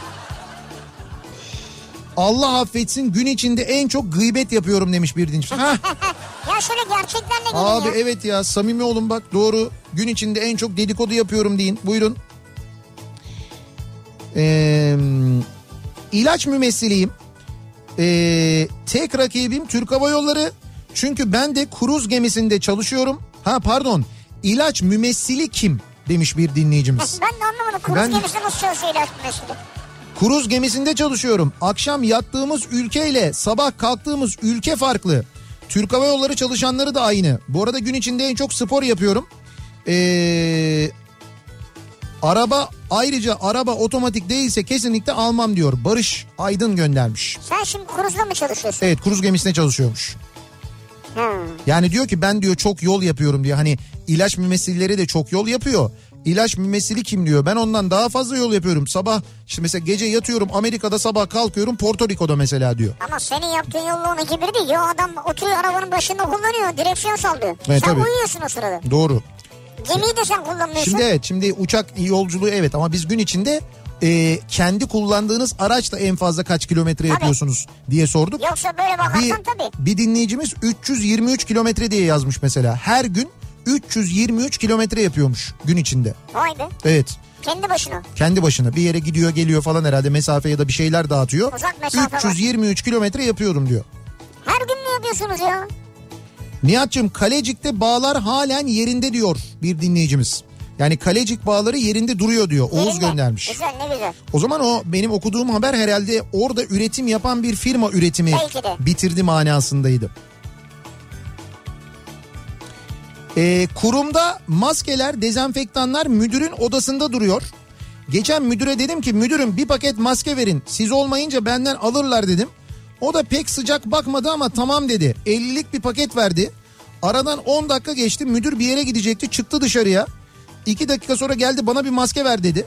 Allah affetsin, gün içinde en çok gıybet yapıyorum demiş bir dinç. Ya şöyle gerçeklerle gelin abi ya. Evet ya, samimi olun bak, doğru. Gün içinde en çok dedikodu yapıyorum deyin. Buyurun. İlaç mümessiliyim. Tek rakibim Türk Hava Yolları. Çünkü ben de kruz gemisinde çalışıyorum. İlaç mümessili kim demiş bir dinleyicimiz. Ben de anlamadım. Kruz gemisinde nasıl çalışıyor ilaç mümessili? Kruz gemisinde çalışıyorum. Akşam yattığımız ülkeyle sabah kalktığımız ülke farklı. Türk Hava Yolları çalışanları da aynı. Bu arada gün içinde en çok spor yapıyorum. Araba otomatik değilse kesinlikle almam diyor. Barış Aydın göndermiş. Sen şimdi kruzla mı çalışıyorsun? Evet, kruz gemisinde çalışıyormuş. Yani diyor ki ben diyor çok yol yapıyorum diyor. Hani ilaç mümessilleri de çok yol yapıyor. İlaç mümessili kim diyor? Ben ondan daha fazla yol yapıyorum. Sabah işte mesela gece yatıyorum Amerika'da, sabah kalkıyorum Porto Rico'da mesela diyor. Ama senin yaptığın yolla onunki bir değil. Ya adam oturuyor arabanın başında kullanıyor. Direksiyon sallıyor. Evet, sen tabii. Uyuyorsun o sırada. Doğru. Gemiyi de sen kullanmıyorsun. Şimdi uçak yolculuğu evet ama biz gün içinde kendi kullandığınız araçla en fazla kaç kilometre yapıyorsunuz diye sorduk. Yoksa böyle bakarsan tabii. Bir dinleyicimiz 323 kilometre diye yazmış mesela. Her gün 323 kilometre yapıyormuş gün içinde. Vay be. Evet. Kendi başına. Kendi başına bir yere gidiyor geliyor falan herhalde, mesafe ya da bir şeyler dağıtıyor. Uzak mesafe 323 kilometre yapıyorum diyor. Her gün ne yapıyorsunuz ya? Nihat'cığım Kalecik'te bağlar halen yerinde diyor bir dinleyicimiz. Yani Kalecik bağları yerinde duruyor diyor. Yerinde. Oğuz göndermiş. Güzel, ne güzel. O zaman o benim okuduğum haber herhalde orada üretim yapan bir firma üretimi bitirdi manasındaydı. Kurumda maskeler, dezenfektanlar müdürün odasında duruyor. Geçen müdüre dedim ki müdürüm bir paket maske verin. Siz olmayınca benden alırlar dedim. O da pek sıcak bakmadı ama tamam dedi. 50'lik bir paket verdi. Aradan 10 dakika geçti. Müdür bir yere gidecekti. Çıktı dışarıya. 2 dakika sonra geldi bana bir maske ver dedi.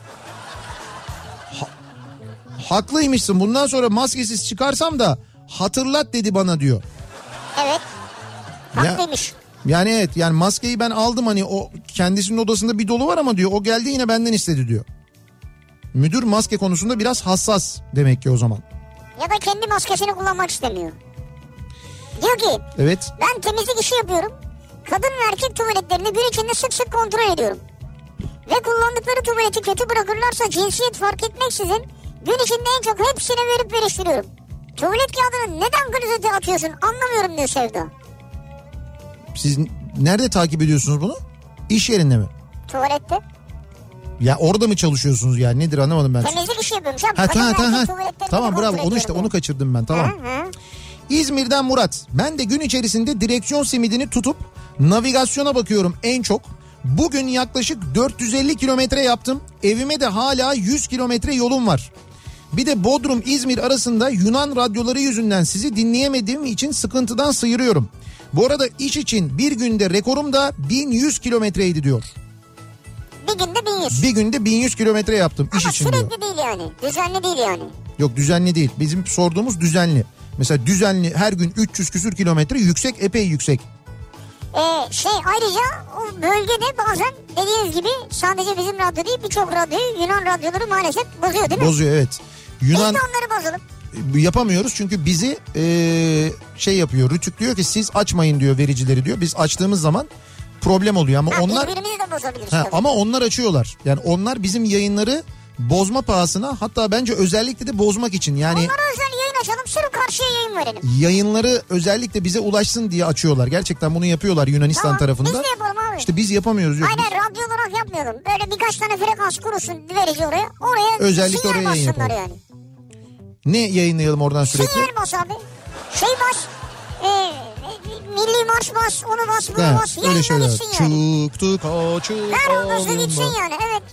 Haklıymışsın. Bundan sonra maskesiz çıkarsam da hatırlat dedi bana diyor. Evet. Haklıymış. Yani evet, yani maskeyi ben aldım, hani o kendisinin odasında bir dolu var ama diyor o geldi yine benden istedi diyor. Müdür maske konusunda biraz hassas demek ki o zaman. Ya da kendi maskesini kullanmak istemiyor. Diyor ki evet, ben temizlik işi yapıyorum. Kadın ve erkek tuvaletlerini gün içinde sık sık kontrol ediyorum. Ve kullandıkları tuvaleti kötü bırakırlarsa cinsiyet fark etmeksizin gün içinde en çok hepsine verip veriştiriyorum. Tuvalet kağıdını neden klozete atıyorsun anlamıyorum diyor Sevda. Siz nerede takip ediyorsunuz bunu? İş yerinde mi? Tuvalette. Ya orada mı çalışıyorsunuz yani, nedir anlamadım ben. Temizlik işi yapıyormuş abi. Tamam bravo, onu kaçırdım ben, tamam. Hı. İzmir'den Murat. Ben de gün içerisinde direksiyon simidini tutup navigasyona bakıyorum en çok. Bugün yaklaşık 450 kilometre yaptım. Evime de hala 100 kilometre yolum var. Bir de Bodrum-İzmir arasında Yunan radyoları yüzünden sizi dinleyemediğim için sıkıntıdan sıyırıyorum. Bu arada iş için bir günde rekorum da 1100 kilometreydi diyor. Bir günde 1100. Bir günde 1100 kilometre yaptım iş için diyor. Ama sürekli değil yani. Düzenli değil yani. Yok, düzenli değil. Bizim sorduğumuz düzenli. Mesela düzenli her gün 300 küsür kilometre, yüksek, epey yüksek. Ayrıca o bölgede bazen dediğiniz gibi sadece bizim radyo değil birçok radyoyu Yunan radyoları maalesef bozuyor değil mi? Bozuyor, evet. Yunan... Biz de onları bozalım. Yapamıyoruz çünkü bizi yapıyor, rütüklüyor ki siz açmayın diyor vericileri diyor. Biz açtığımız zaman problem oluyor ama onlar... Birbirimizi de bozabiliriz. Ama onlar açıyorlar. Yani onlar bizim yayınları bozma pahasına, hatta bence özellikle de bozmak için yani... Onlara özel yayın açalım, sırf karşıya yayın verelim. Yayınları özellikle bize ulaşsın diye açıyorlar. Gerçekten bunu yapıyorlar Yunanistan tarafında. Biz de yapalım abi. İşte biz yapamıyoruz. Yok. Aynen, radyo olarak yapmayalım. Böyle birkaç tane frekans kurulsun verici oraya. Oraya özellikle sinyal oraya bassınlar yapalım. Yani. Ne yayınlayalım oradan sürekli? Sinyal bas abi. Bas. Milli marş bas, onu bas, bunu bas. Öyle şeyler. Yani. Çıktık açık. Ver hızlı gitsin yani, evet.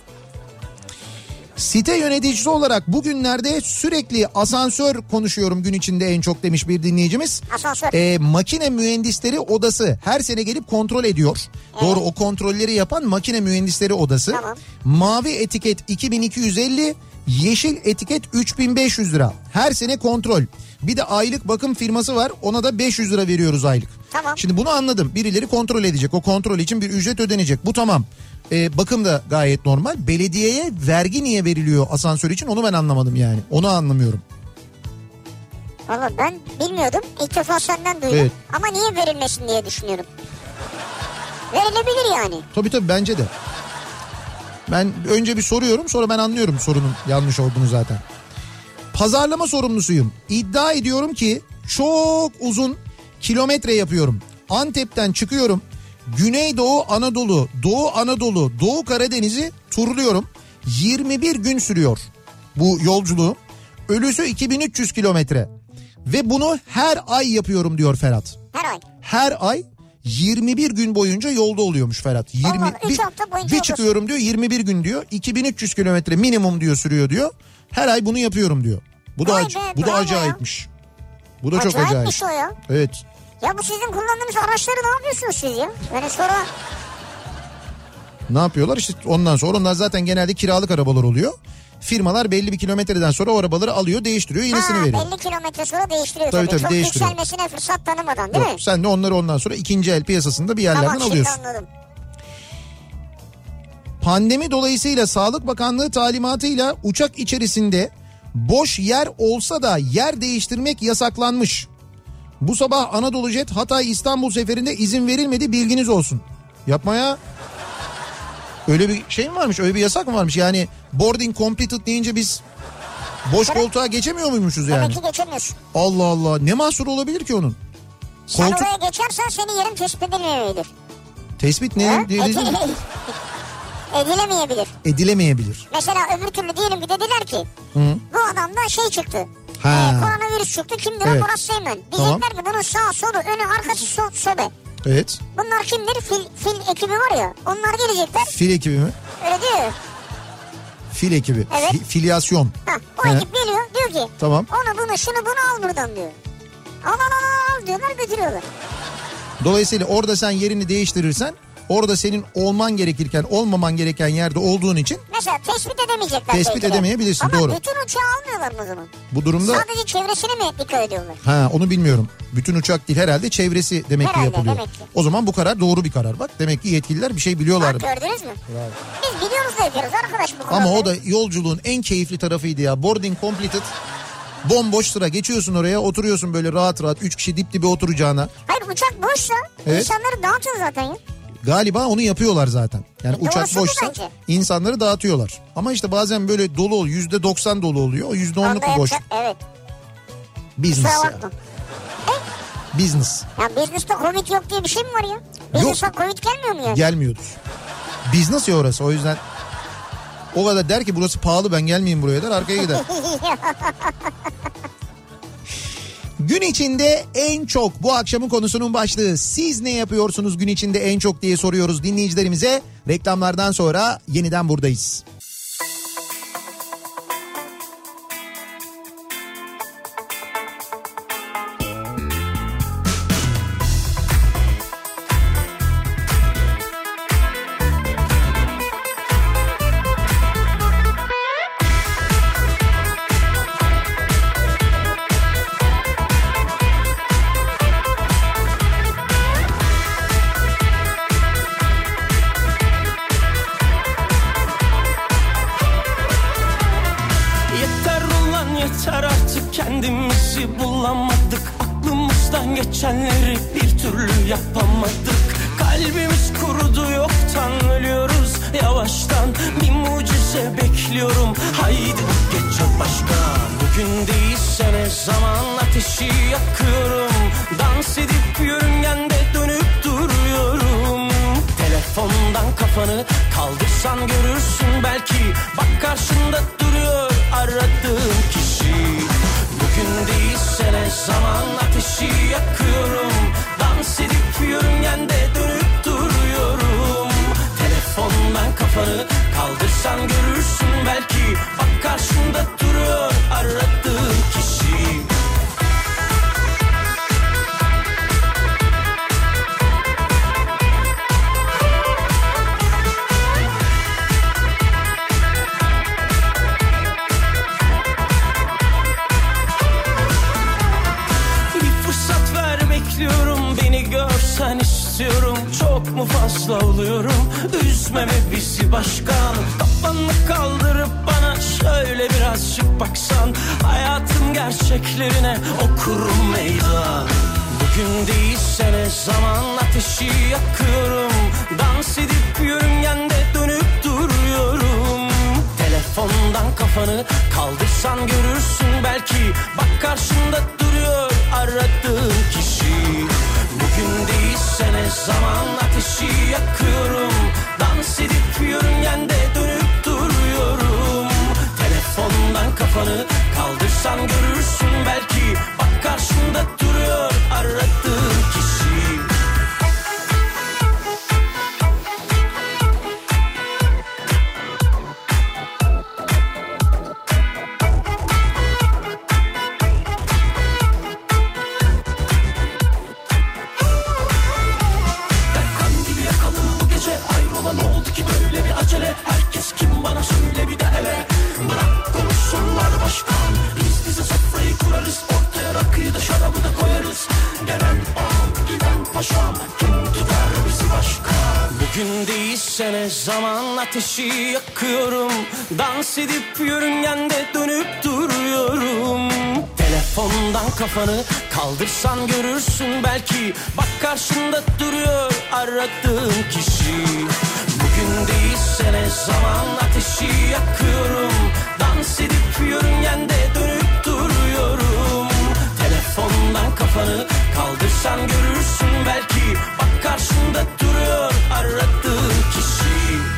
Site yöneticisi olarak bugünlerde sürekli asansör konuşuyorum gün içinde en çok demiş bir dinleyicimiz. Asansör. Makine mühendisleri odası her sene gelip kontrol ediyor. Evet. Doğru, o kontrolleri yapan makine mühendisleri odası. Tamam. Mavi etiket 2250, yeşil etiket 3500 lira. Her sene kontrol. Bir de aylık bakım firması var, ona da 500 lira veriyoruz aylık. Tamam. Şimdi bunu anladım. Birileri kontrol edecek. O kontrol için bir ücret ödenecek. Bu tamam. Bakım da gayet normal. Belediyeye vergi niye veriliyor asansör için, onu ben anlamadım yani. Onu anlamıyorum. Valla ben bilmiyordum. İlk defa senden duydum. Evet. Ama niye verilmesin diye düşünüyorum. Verilebilir yani. Tabii bence de. Ben önce bir soruyorum, sonra ben anlıyorum sorunun yanlış olduğunu zaten. Pazarlama sorumlusuyum. İddia ediyorum ki çok uzun kilometre yapıyorum. Antep'ten çıkıyorum. Güneydoğu Anadolu, Doğu Anadolu, Doğu Karadeniz'i turluyorum. 21 gün sürüyor bu yolculuğu. Ölüsü 2300 kilometre. Ve bunu her ay yapıyorum diyor Ferhat. Her ay? Her ay 21 gün boyunca yolda oluyormuş Ferhat. 3 hafta boyunca bir çıkıyorum diyor, 21 gün diyor. 2300 kilometre minimum diyor sürüyor diyor. Her ay bunu yapıyorum diyor. Bu da acayipmiş. Bu da çok acayip. Acayipmiş o ya. Evet. Ya bu sizin kullandığınız araçları ne yapıyorsunuz siz ya? Yani sonra... Ne yapıyorlar? İşte ondan sonra onlar zaten genelde kiralık arabalar oluyor. Firmalar belli bir kilometreden sonra o arabaları alıyor, değiştiriyor, yenisini veriyor. Belli kilometre sonra değiştiriyor tabii. Çok değiştiriyor. Yükselmesine fırsat tanımadan değil mi? Sen de onları ondan sonra ikinci el piyasasında bir yerlerden alıyorsun. Tamam, anladım. Pandemi dolayısıyla Sağlık Bakanlığı talimatıyla uçak içerisinde boş yer olsa da yer değiştirmek yasaklanmış. Bu sabah Anadolu Jet Hatay İstanbul seferinde izin verilmedi, bilginiz olsun. Yapma ya. Öyle bir şey mi varmış? Öyle bir yasak mı varmış? Yani boarding completed deyince biz boş koltuğa geçemiyor muymuşuz yani? Demek ki geçemiyorsun. Allah Allah. Ne mahsur olabilir ki onun? Sen oraya geçersen senin yerin tespit edilmeyebilir. Tespit ne? Edilemeyebilir. Edilemeyebilir. Mesela öbür türlü diyelim ki dediler ki bu adamda şey çıktı. Koronavirüs çıktı. Kimdir o? Murat Seymen. Diyecekler ki bunun sağ solu önü arkası sobe. Evet. Bunlar kimdir? Fil ekibi var ya. Onlar gelecekler. Fil ekibi mi? Öyle diyor. Fil ekibi. Evet. Filyasyon. O ekip geliyor diyor ki. Tamam. Onu şunu al buradan diyor. Al diyorlar, götürüyorlar. Dolayısıyla orada sen yerini değiştirirsen orada senin olman gerekirken olmaman gereken yerde olduğun için mesela tespit edemeyecekler. Tespit edemeyebilirsin. Ama doğru. bütün uçağı almıyorlar mı o zaman? Bu durumda sadece çevresine mi dikkat ediyorlar? Onu bilmiyorum. Bütün uçak değil, herhalde çevresi demek ki yapılıyor. Demek ki. O zaman bu karar doğru bir karar. Bak demek ki yetkililer bir şey biliyorlar. Bak gördünüz mü? Bravo. Biz biliyoruz da yapıyoruz arkadaş bu konuda. Ama o da yolculuğun en keyifli tarafıydı ya. Boarding completed. Bomboş sıra, geçiyorsun oraya, oturuyorsun böyle rahat rahat 3 kişi dip dibe oturacağına. Hayır, uçak boşsa insanları dağıtın zaten ya. Galiba onu yapıyorlar zaten. Yani uçak boşsa insanları dağıtıyorlar. Ama işte bazen böyle dolu oluyor. %90 dolu oluyor. O %10'luk boş. Evet. Business ya. Business. Ya business'ta Covid yok diye bir şey mi var ya? Business'ta Covid gelmiyor mu yani? Gelmiyordur. Business ya orası, o yüzden. O kadar der ki burası pahalı, ben gelmeyeyim buraya der, arkaya gider. Gün içinde en çok, bu akşamın konusunun başlığı. Siz ne yapıyorsunuz gün içinde en çok diye soruyoruz dinleyicilerimize. Reklamlardan sonra yeniden buradayız. Geçenleri bir türlü yapamadık. Kalbimiz kurudu, yoktan ölüyoruz yavaştan. Bir mucize bekliyorum, haydi bu gece başka. Bugün değilse ne zaman ateşi yakıyorum. Dans edip yörüngende dönüp duruyorum. Telefondan kafanı kaldırsan görürsün belki. Bak karşında duruyor aradığım kişi. Bugün değilse ne zaman ateşi yakıyorum. Dans edip yörüngende dönüp duruyorum. Telefondan kafanı kaldırsan görürsün belki. Bak karşında duruyor aradığım kişi. Sen istiyorum, çok mu fazla oluyorum? Üzmeme bizi başkan. Kafanı kaldırıp bana şöyle birazcık baksan. Hayatın gerçeklerine okurum meydan. Bugün değilse ne zaman ateşi yakıyorum. Dans edip yörüngende dönüp duruyorum. Telefondan Telefondan kafanı kaldırsan görürsün belki. Bak karşında duruyor aradığın kişi. Bugün değilse ne zaman ateşi yakıyorum. Dans edip yörüngende dönüp duruyorum. Telefondan kafanı kaldırsan görürsün belki. Bak karşında duruyor aradığın kişi. Herkes kim bana söyle bir de hele. Bırak konuşsunlar başkan. Biz bize sofrayı kurarız. Ortaya rakıyı da şarabı da koyarız. Gelen ağam giden paşam. Kim tutar bizi başkan? Bugün değilse ne zaman ateşi yakıyorum. Dans edip yörüngende dönüp duruyorum. Telefondan kafanı kaldırsan görürsün belki. Bak karşında duruyor aradığın kişi. Bugün değilse ne zaman ateşi yakıyorum. Dans edip yörüngende dönüp duruyorum. Telefondan kafanı kaldırsan görürsün belki. Bak karşında duruyor aradığın kişi.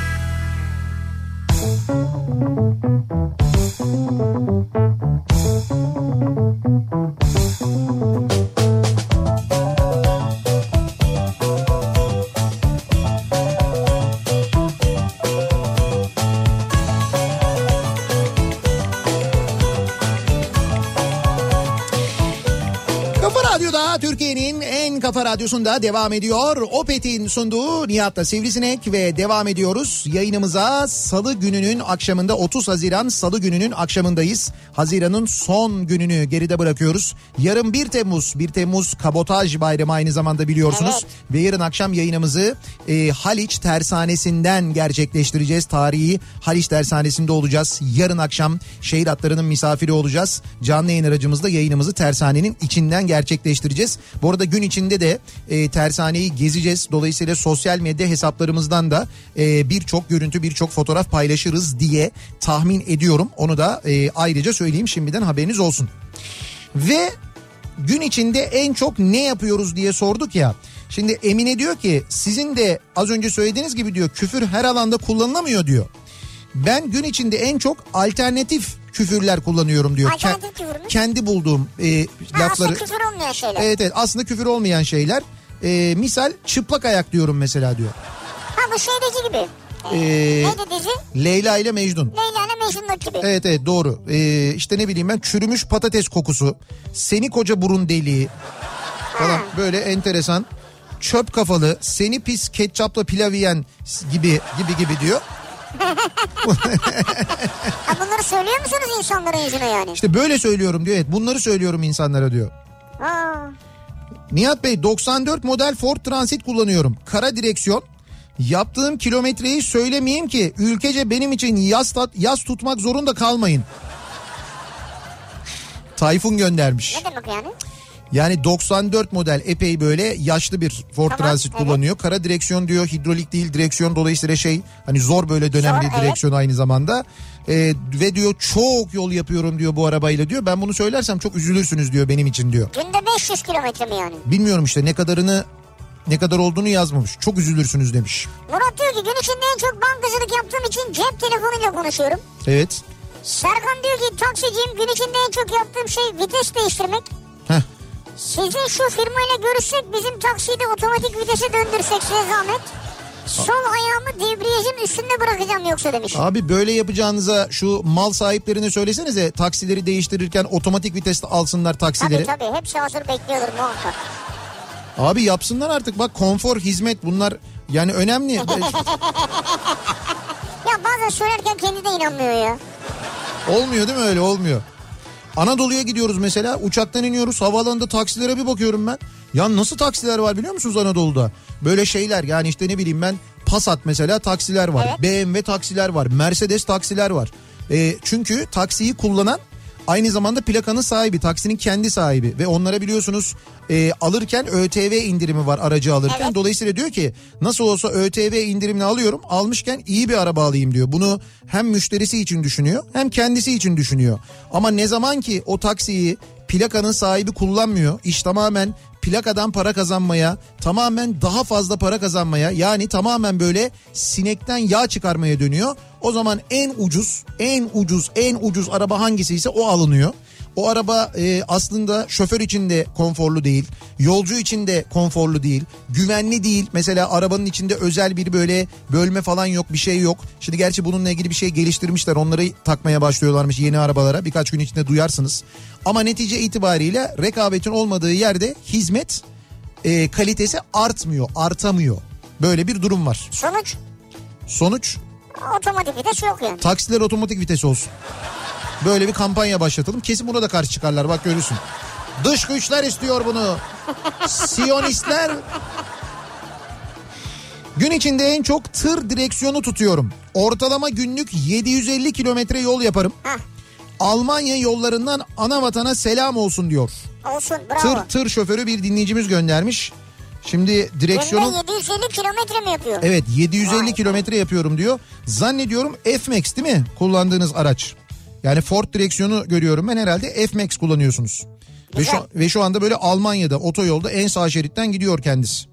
Türkiye'nin en kafa radyosunda devam ediyor. Opet'in sunduğu Nihat'la Sivrisinek ve devam ediyoruz. Yayınımıza Salı gününün akşamında 30 Haziran Salı gününün akşamındayız. Haziran'ın son gününü geride bırakıyoruz. Yarın 1 Temmuz Kabotaj Bayramı aynı zamanda biliyorsunuz. Evet. Ve yarın akşam yayınımızı Haliç Tersanesi'nden gerçekleştireceğiz. Tarihi Haliç Tersanesi'nde olacağız. Yarın akşam şehir hatlarının misafiri olacağız. Canlı yayın aracımızda yayınımızı tersanenin içinden gerçekleştireceğiz. Bu arada gün içinde de tersaneyi gezeceğiz. Dolayısıyla sosyal medya hesaplarımızdan da birçok görüntü, birçok fotoğraf paylaşırız diye tahmin ediyorum. Onu da ayrıca söyleyeyim, şimdiden haberiniz olsun. Ve gün içinde en çok ne yapıyoruz diye sorduk ya. Şimdi Emine diyor ki sizin de az önce söylediğiniz gibi diyor küfür her alanda kullanılamıyor diyor. Ben gün içinde en çok alternatif küfürler kullanıyorum diyor. Alternatif küfür mü? Kendi bulduğum lafları. Aslında küfür olmayan şeyler. Evet aslında küfür olmayan şeyler. Misal çıplak ayak diyorum mesela diyor. Ha bu şeydeki gibi. Neydi dizi? Leyla ile Mecnun. Leyla ile Mecnun'daki gibi. Evet doğru. İşte ne bileyim ben, çürümüş patates kokusu. Seni koca burun deliği. Falan böyle enteresan. Çöp kafalı, seni pis ketçapla pilav yiyen gibi diyor. Ha bunları söylüyor musunuz insanların yüzüne yani? İşte böyle söylüyorum diyor. Evet bunları söylüyorum insanlara diyor. Nihat Bey 94 model Ford Transit kullanıyorum. Kara direksiyon. Yaptığım kilometreyi söylemeyeyim ki ülkece benim için yaz tutmak zorunda kalmayın. Tayfun göndermiş. Ne demek yani? Yani 94 model epey böyle yaşlı bir Ford Transit kullanıyor. Kara direksiyon diyor, hidrolik değil direksiyon, dolayısıyla hani zor böyle dönen bir direksiyon aynı zamanda. Ve diyor çok yol yapıyorum diyor bu arabayla diyor. Ben bunu söylersem çok üzülürsünüz diyor benim için diyor. Günde 500 kilometre mi yani? Bilmiyorum işte ne kadar olduğunu yazmamış. Çok üzülürsünüz demiş. Murat diyor ki gün içinde en çok bankacılık yaptığım için cep telefonuyla konuşuyorum. Evet. Serkan diyor ki taksiciyim, gün içinde en çok yaptığım şey vites değiştirmek. Sizin şu firmayla görüşsek bizim taksiyi de otomatik vitese döndürsek size zahmet. Sol ayağımı debriyajın üstünde bırakacağım yoksa demiş. Abi böyle yapacağınıza şu mal sahiplerine söylesenize, taksileri değiştirirken otomatik viteste alsınlar taksileri. Tabii hepsi hazır bekliyordur muhakkak. Abi yapsınlar artık, bak konfor, hizmet bunlar yani önemli. Ya bazen söylerken kendi de inanmıyor ya. Olmuyor değil mi, öyle olmuyor. Anadolu'ya gidiyoruz mesela, uçaktan iniyoruz, havaalanında taksilere bir bakıyorum ben. Ya nasıl taksiler var biliyor musunuz Anadolu'da? Böyle şeyler yani işte ne bileyim ben, Passat mesela taksiler var. Evet. BMW taksiler var. Mercedes taksiler var. Çünkü taksiyi kullanan Aynı zamanda plakanın sahibi, taksinin kendi sahibi ve onlara biliyorsunuz alırken ÖTV indirimi var aracı alırken. Evet. Dolayısıyla diyor ki nasıl olsa ÖTV indirimini alıyorum, almışken iyi bir araba alayım diyor. Bunu hem müşterisi için düşünüyor hem kendisi için düşünüyor. Ama ne zaman ki o taksiyi plakanın sahibi kullanmıyor, iş tamamen plakadan para kazanmaya, tamamen daha fazla para kazanmaya, yani tamamen böyle sinekten yağ çıkarmaya dönüyor. O zaman en ucuz araba hangisiyse o alınıyor. O araba aslında şoför için de konforlu değil, yolcu için de konforlu değil, güvenli değil. Mesela arabanın içinde özel bir böyle bölme falan yok, bir şey yok. Şimdi gerçi bununla ilgili bir şey geliştirmişler, onları takmaya başlıyorlarmış yeni arabalara, birkaç gün içinde duyarsınız. Ama netice itibariyle rekabetin olmadığı yerde hizmet kalitesi artamıyor. Böyle bir durum var. Sonuç? Otomatik vites yok yani. Taksiler otomatik vites olsun. Böyle bir kampanya başlatalım. Kesin buna da karşı çıkarlar, bak görürsün. Dış güçler istiyor bunu. Siyonistler. Gün içinde en çok tır direksiyonu tutuyorum. Ortalama günlük 750 kilometre yol yaparım. Heh. Almanya yollarından ana vatana selam olsun diyor. Olsun, bravo. Tır şoförü bir dinleyicimiz göndermiş. Şimdi direksiyonu... Günde 750 kilometre mi yapıyor? Evet, 750 kilometre yapıyorum diyor. Zannediyorum F-Max değil mi kullandığınız araç? Yani Ford direksiyonu görüyorum ben, herhalde F-Max kullanıyorsunuz. Ve şu anda böyle Almanya'da otoyolda en sağ şeritten gidiyor kendisi.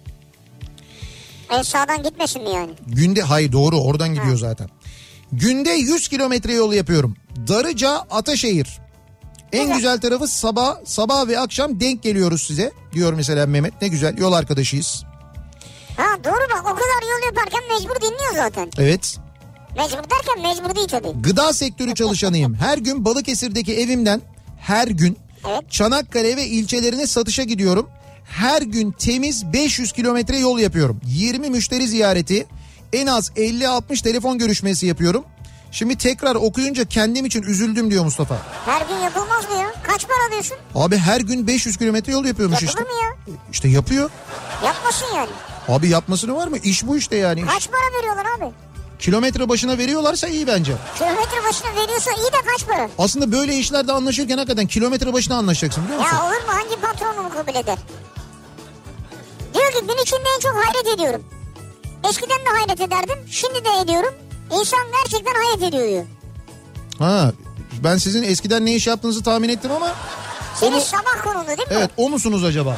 En sağdan gitmesin mi yani? Hayır, doğru, oradan gidiyor zaten. Günde 100 kilometre yol yapıyorum. Darıca Ataşehir. En güzel tarafı sabah ve akşam denk geliyoruz size diyor mesela Mehmet. Ne güzel, yol arkadaşıyız. Ha doğru, bak o kadar yol yaparken mecbur dinliyor zaten. Evet. Mecbur derken mecbur değil tabii. Gıda sektörü çalışanıyım. Her gün Balıkesir'deki evimden Çanakkale ve ilçelerine satışa gidiyorum. Her gün temiz 500 kilometre yol yapıyorum. 20 müşteri ziyareti, en az 50-60 telefon görüşmesi yapıyorum. Şimdi tekrar okuyunca kendim için üzüldüm diyor Mustafa. Her gün yapılmaz mı ya? Kaç para alıyorsun? Abi her gün 500 kilometre yol yapıyormuş. Yapılır işte. mı ya? İşte yapıyor. Yapmasın yani. Abi yapmasını var mı? İş bu işte yani. Kaç para veriyorlar abi? Kilometre başına veriyorlarsa iyi bence. Kilometre başına veriyorsa iyi de kaç para? Aslında böyle işlerde anlaşırken hakikaten kilometre başına anlaşacaksın, biliyor musun? Ya olur mu? Hangi patron onu kabul eder? Diyor ki gün içinde en çok hayret ediyorum. Eskiden de hayret ederdim. Şimdi de ediyorum. İnsan gerçekten hayret ediyor diyor. Ha, ben sizin eskiden ne iş yaptığınızı tahmin ettim ama... Senin sabah konulu değil mi? Evet, o musunuz acaba?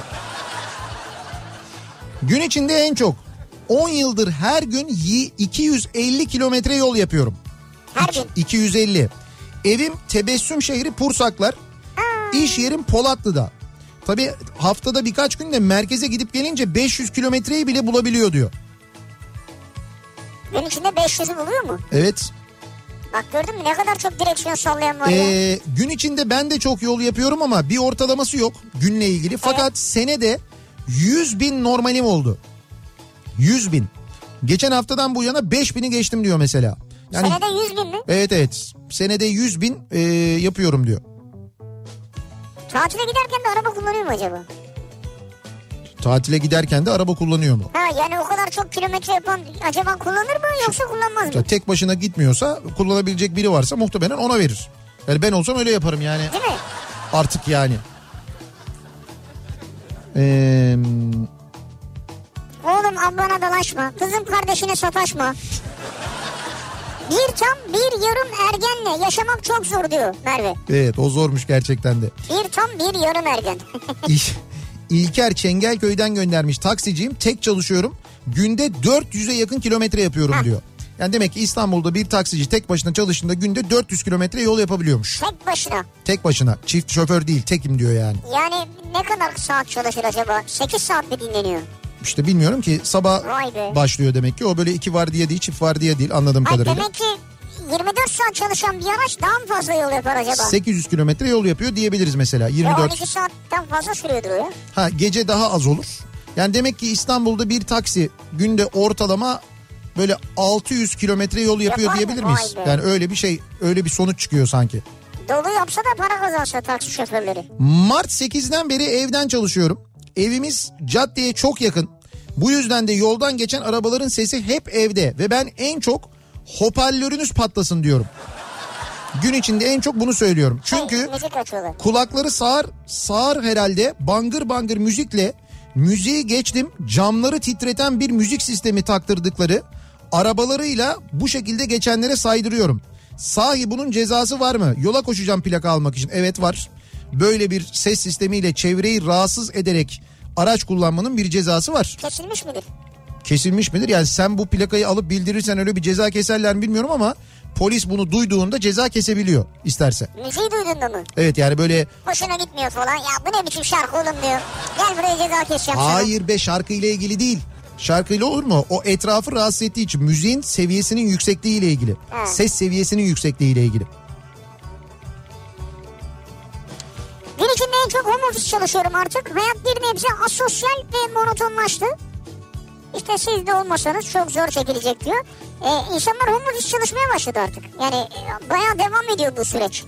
Gün içinde en çok 10 yıldır her gün 250 kilometre yol yapıyorum. Her gün? 250. Evim Tebessüm şehri Pursaklar. İş yerim Polatlı'da. Tabii haftada birkaç gün de merkeze gidip gelince 500 kilometreyi bile bulabiliyor diyor. Gün içinde 500'ü buluyor mu? Evet. Bak gördün mü ne kadar çok direksiyon sallayan var ya. Gün içinde ben de çok yol yapıyorum ama bir ortalaması yok günle ilgili. Fakat senede 100.000 normalim oldu. 100.000. Geçen haftadan bu yana 5.000'i geçtim diyor mesela. Yani, senede 100.000 mi? Evet. Senede 100.000 yapıyorum diyor. Tatile giderken de araba kullanıyor mu acaba? Tatile giderken de araba kullanıyor mu? Ha, yani o kadar çok kilometre yapan acaba kullanır mı yoksa kullanmaz mı? Tek başına gitmiyorsa, kullanabilecek biri varsa muhtemelen ona verir. Yani ben olsam öyle yaparım yani. Değil mi? Artık yani. Oğlum ablana dalaşma. Kızım kardeşine sataşma. Bir tam bir yarım ergenle yaşamak çok zor diyor Merve. Evet, o zormuş gerçekten de. Bir tam bir yarım ergen. İlker Çengelköy'den göndermiş. Taksiciyim, tek çalışıyorum. Günde 400'e yakın kilometre yapıyorum diyor. Yani demek ki İstanbul'da bir taksici tek başına çalıştığında günde 400 kilometre yol yapabiliyormuş. Tek başına. Tek başına. Çift şoför değil, tekim diyor yani. Yani ne kadar saat çalışır acaba? 8 saat mi dinleniyor? İşte bilmiyorum ki, sabah başlıyor demek ki. O böyle 2 vardiya değil, çift vardiya değil anladığım kadarıyla. Demek ki 24 saat çalışan bir araç daha mı fazla yol yapar acaba? 800 kilometre yol yapıyor diyebiliriz mesela. 24. 12 saatten fazla sürüyordur o ya. Ha, gece daha az olur. Yani demek ki İstanbul'da bir taksi günde ortalama böyle 600 kilometre yol yapıyor yapar diyebilir mı? miyiz? Yani öyle bir şey, öyle bir sonuç çıkıyor sanki. Dolu yapsa da para kazansa taksi şoförleri. Mart 8'den beri evden çalışıyorum. Evimiz caddeye çok yakın. Bu yüzden de yoldan geçen arabaların sesi hep evde ve ben en çok hoparlörünüz patlasın diyorum. Gün içinde en çok bunu söylüyorum. Çünkü müzik açıyorlar. kulakları sağır herhalde, bangır bangır müzikle, müziği geçtim, camları titreten bir müzik sistemi taktırdıkları arabalarıyla bu şekilde geçenlere saydırıyorum. Sahi bunun cezası var mı? Yola koşacağım plaka almak için. Evet var. Böyle bir ses sistemiyle çevreyi rahatsız ederek araç kullanmanın bir cezası var. Kesilmiş midir? Kesilmiş midir? Yani sen bu plakayı alıp bildirirsen öyle bir ceza keserler mi bilmiyorum ama polis bunu duyduğunda ceza kesebiliyor isterse. Müziği duyduğunda mı? Evet yani böyle... Hoşuna gitmiyor falan. Ya bu ne biçim şarkı oğlum diyor. Gel buraya ceza keseceğim sana. Hayır be, şarkıyla ilgili değil. Şarkıyla olur mu? O etrafı rahatsız ettiği için, müziğin seviyesinin yüksekliğiyle ilgili. Ha. Ses seviyesinin yüksekliğiyle ilgili. Gün içinde en çok home office çalışıyorum artık. Hayat bir nebze asosyal ve monotonlaştı. İşte siz de olmasanız çok zor çekilecek diyor. İnsanlar home office çalışmaya başladı artık. Yani bayağı devam ediyor bu süreç.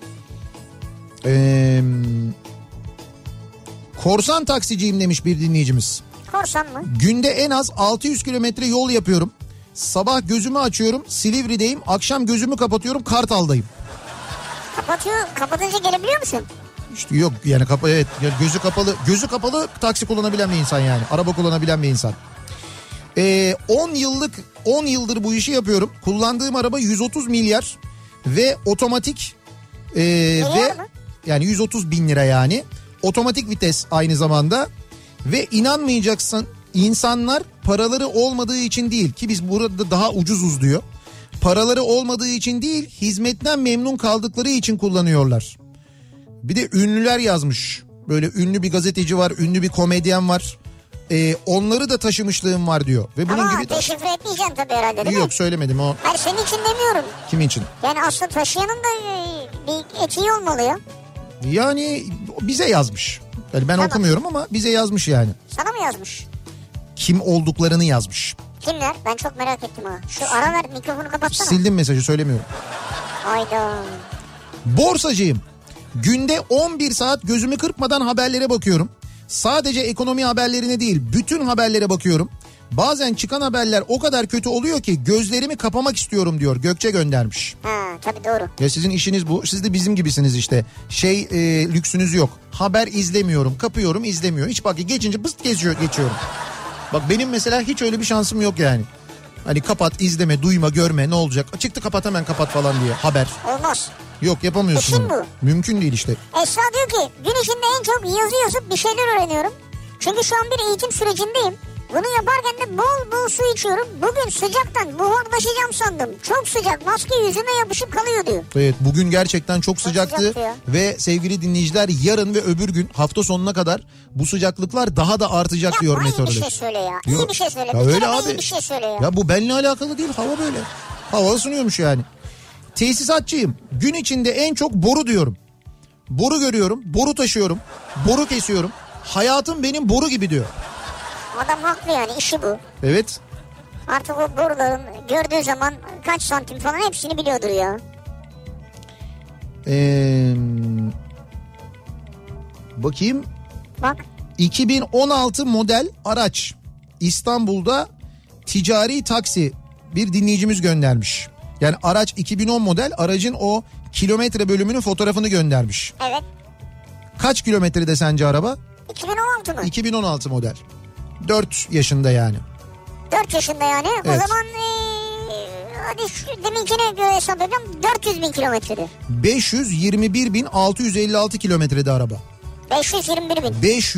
Korsan taksiciyim demiş bir dinleyicimiz. Korsan mı? Günde en az 600 kilometre yol yapıyorum. Sabah gözümü açıyorum, Silivri'deyim. Akşam gözümü kapatıyorum, Kartal'dayım. Kapatınca gelebiliyor musun? İşte yok yani evet, gözü kapalı taksi kullanabilen bir insan yani. Araba kullanabilen bir insan. 10 yıldır bu işi yapıyorum. Kullandığım araba 130 milyar ve otomatik ve mı? yani 130 bin lira yani. Otomatik vites aynı zamanda ve inanmayacaksın, insanlar paraları olmadığı için değil ki biz burada daha ucuzuz diyor. Paraları olmadığı için değil, hizmetten memnun kaldıkları için kullanıyorlar. Bir de ünlüler yazmış. Böyle ünlü bir gazeteci var, ünlü bir komedyen var. Onları da taşımışlığım var diyor. Ve bunun ama gibi deşifre etmeyeceksin tabii herhalde değil mi? Yok söylemedim o. Hayır, senin için demiyorum. Kim için? Yani aslında taşıyanın da bir etiği olmalı ya. Yani bize yazmış. Yani ben Tamam. okumuyorum ama bize yazmış yani. Sana mı yazmış? Kim olduklarını yazmış. Kimler? Ben çok merak ettim ha. Şu ara ver, mikrofonu kapatsana. Sildim mesajı, söylemiyorum. Hayda. Borsacıyım. Günde 11 saat gözümü kırpmadan haberlere bakıyorum. Sadece ekonomi haberlerine değil, bütün haberlere bakıyorum. Bazen çıkan haberler o kadar kötü oluyor ki gözlerimi kapamak istiyorum diyor. Gökçe göndermiş. Ha, tabii doğru. Ya sizin işiniz bu. Siz de bizim gibisiniz işte. Lüksünüz yok. Haber izlemiyorum, kapıyorum, izlemiyorum. Hiç bak geçince bıst geçiyorum. Bak benim mesela hiç öyle bir şansım yok yani. Hani kapat, izleme, duyma, görme, ne olacak? Çıktı kapat, hemen kapat falan diye haber. Olmaz. Yok, yapamıyorsun. İşin bu. Mümkün değil işte. Esra diyor ki gün içinde en çok yazı yazıp bir şeyler öğreniyorum. Çünkü şu an bir eğitim sürecindeyim. Bunu yaparken de bol bol su içiyorum. Bugün sıcaktan buharlaşacağım sandım. Çok sıcak, maske yüzüme yapışıp kalıyor diyor. Evet, bugün gerçekten çok sıcaktı. Ve sevgili dinleyiciler, yarın ve öbür gün hafta sonuna kadar bu sıcaklıklar daha da artacak diyor meteoroloji. İyi bir şey söyle ya. Yok. İyi bir şey söyle. Ya Bir öyle kere abi. iyi bir şey söyle ya. Ya bu benimle alakalı değil, hava böyle. Hava ısınıyormuş yani. Tesisatçıyım. Gün içinde en çok boru diyorum. Boru görüyorum, boru taşıyorum, boru kesiyorum. Hayatım benim boru gibi diyor. Adam haklı yani, işi bu. Evet. Artık o boruların gördüğü zaman kaç santim falan hepsini biliyordur ya. Bakayım. Bak. 2016 model araç. İstanbul'da ticari taksi bir dinleyicimiz göndermiş. Yani araç 2010 model, aracın o kilometre bölümünün fotoğrafını göndermiş. Evet. Kaç kilometrede sence araba? 2016 mı? 2016 model. 4 yaşında yani. 4 yaşında yani. Evet. O zaman hadi şu deminkine göre hesap ediyorum, 400 bin kilometrede. 521.656 kilometrede araba. 521 bin.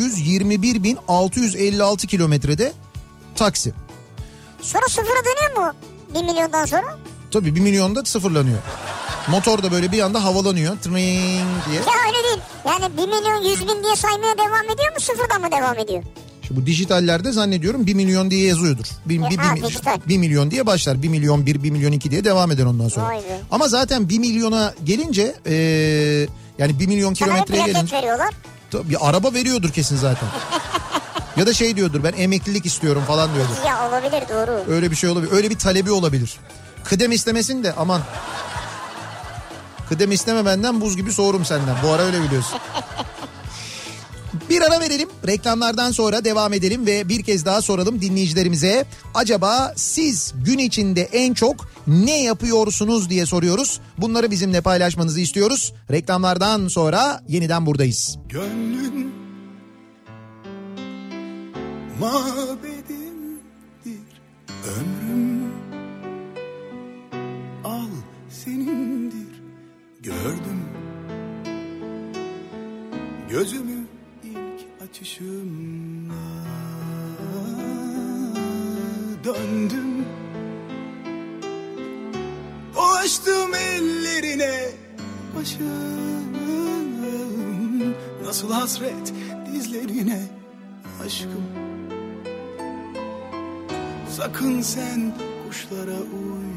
521.656 kilometrede taksi. Sonra sıfıra dönüyor mu 1 milyondan sonra? Tabii 1 milyonda sıfırlanıyor. Motor da böyle bir anda havalanıyor. Tring diye. Ya öyle değil. Yani 1 milyon 100 bin diye saymaya devam ediyor mu, sıfırdan mı devam ediyor? Şimdi bu dijitallerde zannediyorum 1 milyon diye yazıyordur. 1 milyon diye başlar. 1 milyon 1, 1 milyon 2 diye devam eder ondan sonra. Ama zaten 1 milyona gelince yani 1 milyon kilometreye gelince. Veriyorlar. Bir araba veriyordur kesin zaten. Ya da şey diyordur, ben emeklilik istiyorum falan diyordur. Ya olabilir, doğru. Öyle bir şey olabilir. Öyle bir talebi olabilir. Kıdem istemesin de aman. Kıdem isteme benden, buz gibi soğurum senden. Bu ara öyle biliyorsun. Bir ara verelim. Reklamlardan sonra devam edelim ve bir kez daha soralım dinleyicilerimize. Acaba siz gün içinde en çok ne yapıyorsunuz diye soruyoruz. Bunları bizimle paylaşmanızı istiyoruz. Reklamlardan sonra yeniden buradayız. Gönlün mabedimdir, ömrüm al senindir. Gördüm gözümü ilk açışımda, döndüm dolaştım ellerine, başım nasıl hasret dizlerine aşkım. Sakın sen kuşlara uyma.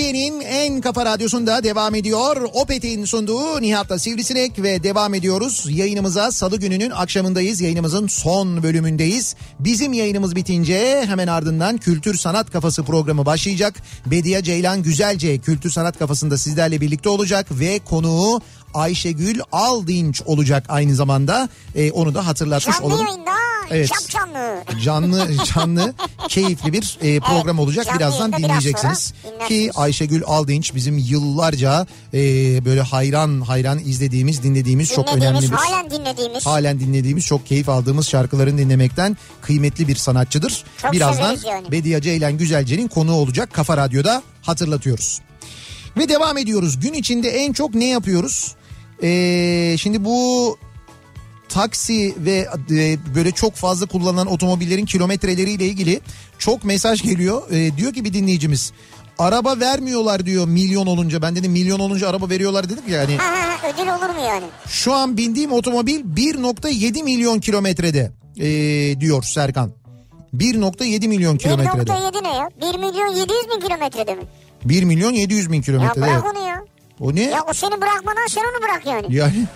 Türkiye'nin en kafa radyosunda devam ediyor. Opet'in sunduğu Nihat'la Sivrisinek ve devam ediyoruz. Yayınımıza salı gününün akşamındayız. Yayınımızın son bölümündeyiz. Bizim yayınımız bitince hemen ardından Kültür Sanat Kafası programı başlayacak. Bediye Ceylan Güzelce Kültür Sanat Kafası'nda sizlerle birlikte olacak ve konuğu Ayşegül Aldinç olacak aynı zamanda. Onu da hatırlatmış canlı olalım. Yayında, evet. Canlı keyifli bir program olacak. Birazdan dinleyeceksiniz. Ki Ayşegül Aldinç bizim yıllarca böyle hayran izlediğimiz, dinlediğimiz çok önemli bir... Halen dinlediğimiz, çok keyif aldığımız şarkılarını dinlemekten kıymetli bir sanatçıdır. Çok birazdan yani. Bediye Ceylan Güzelce'nin konuğu olacak Kafa Radyo'da, hatırlatıyoruz. Ve devam ediyoruz. Gün içinde en çok ne yapıyoruz? Şimdi bu taksi ve böyle çok fazla kullanılan otomobillerin kilometreleriyle ilgili çok mesaj geliyor. Diyor ki bir dinleyicimiz, araba vermiyorlar diyor milyon olunca. Ben dedim milyon olunca araba veriyorlar dedik ya. Yani. Ödül olur mu yani? Şu an bindiğim otomobil 1.7 milyon kilometrede diyor Serkan. 1.7 milyon kilometrede. 1.7 ne ya? 1 milyon 700 bin kilometrede mi? 1 milyon 700 bin kilometrede. Ya bırak onu ya. O ne? Ya o seni bırakmadan sen onu bırak yani. Yani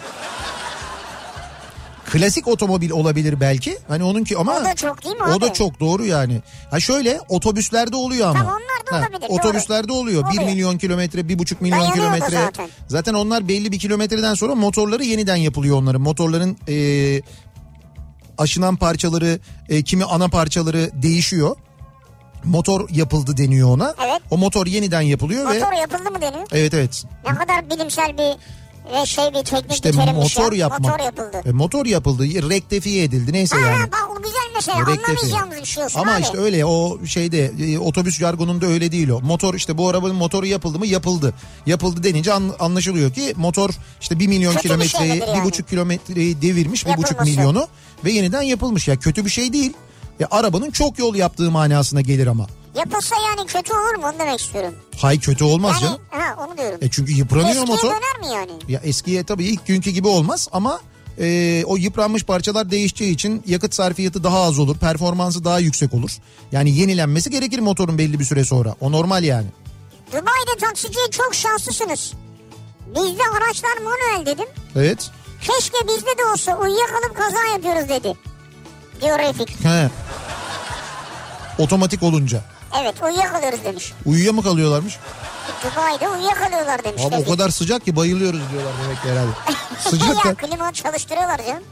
klasik otomobil olabilir belki. Hani onunki ama o da çok değil mi abi? O da çok doğru yani. Ha şöyle otobüslerde oluyor ama. Tamam onlar da olabilir. Otobüslerde oluyor. 1 milyon kilometre, 1,5 milyon dayanıyor kilometre. Zaten onlar belli bir kilometreden sonra motorları yeniden yapılıyor onların. Motorların aşınan parçaları, kimi ana parçaları değişiyor. Motor yapıldı deniyor ona. Evet. O motor yeniden yapılıyor motor yapıldı mı deniyor? Evet. Ne kadar bilimsel bir bir teknik işte bir terimmiş motor ya. yapmak. Motor yapıldı. Motor yapıldı, rektifiye edildi neyse yani. Bak o güzel mesela, anlamayacağımız bir şey olsun. Ama abi. işte öyle o şeyde otobüs jargonunda öyle değil o. Motor işte bu arabanın motoru yapıldı mı? Yapıldı. Yapıldı denince anlaşılıyor ki motor işte 1 milyon kötü kilometreyi, 1,5 kilometreyi devirmiş, 1,5 milyonu ve yeniden yapılmış. Ya kötü bir şey değil. Arabanın çok yol yaptığı manasına gelir ama. Yapılsa yani kötü olur mu onu demek istiyorum. Hayır kötü olmaz yani, canım. Onu diyorum. Çünkü yıpranıyor eskiye motor. Eskiye döner mi yani? Ya eskiye tabii ilk günkü gibi olmaz ama o yıpranmış parçalar değişeceği için yakıt sarfiyatı daha az olur. Performansı daha yüksek olur. Yani yenilenmesi gerekir motorun belli bir süre sonra. O normal yani. Dubai'de taksiciye çok şanslısınız. Bizde araçlar manuel dedim. Evet. Keşke bizde de olsa, uyuyakalıp kaza yapıyoruz dedi. Diyor Refik. He. Otomatik olunca. Evet, uyuyakalıyoruz demiş. Uyuya mı kalıyorlarmış? Dubai'de uyuyakalıyorlar demiş. Abi o kadar sıcak ki bayılıyoruz diyorlar demek ki herhalde. Sıcak ya klima çalıştırıyorlar canım.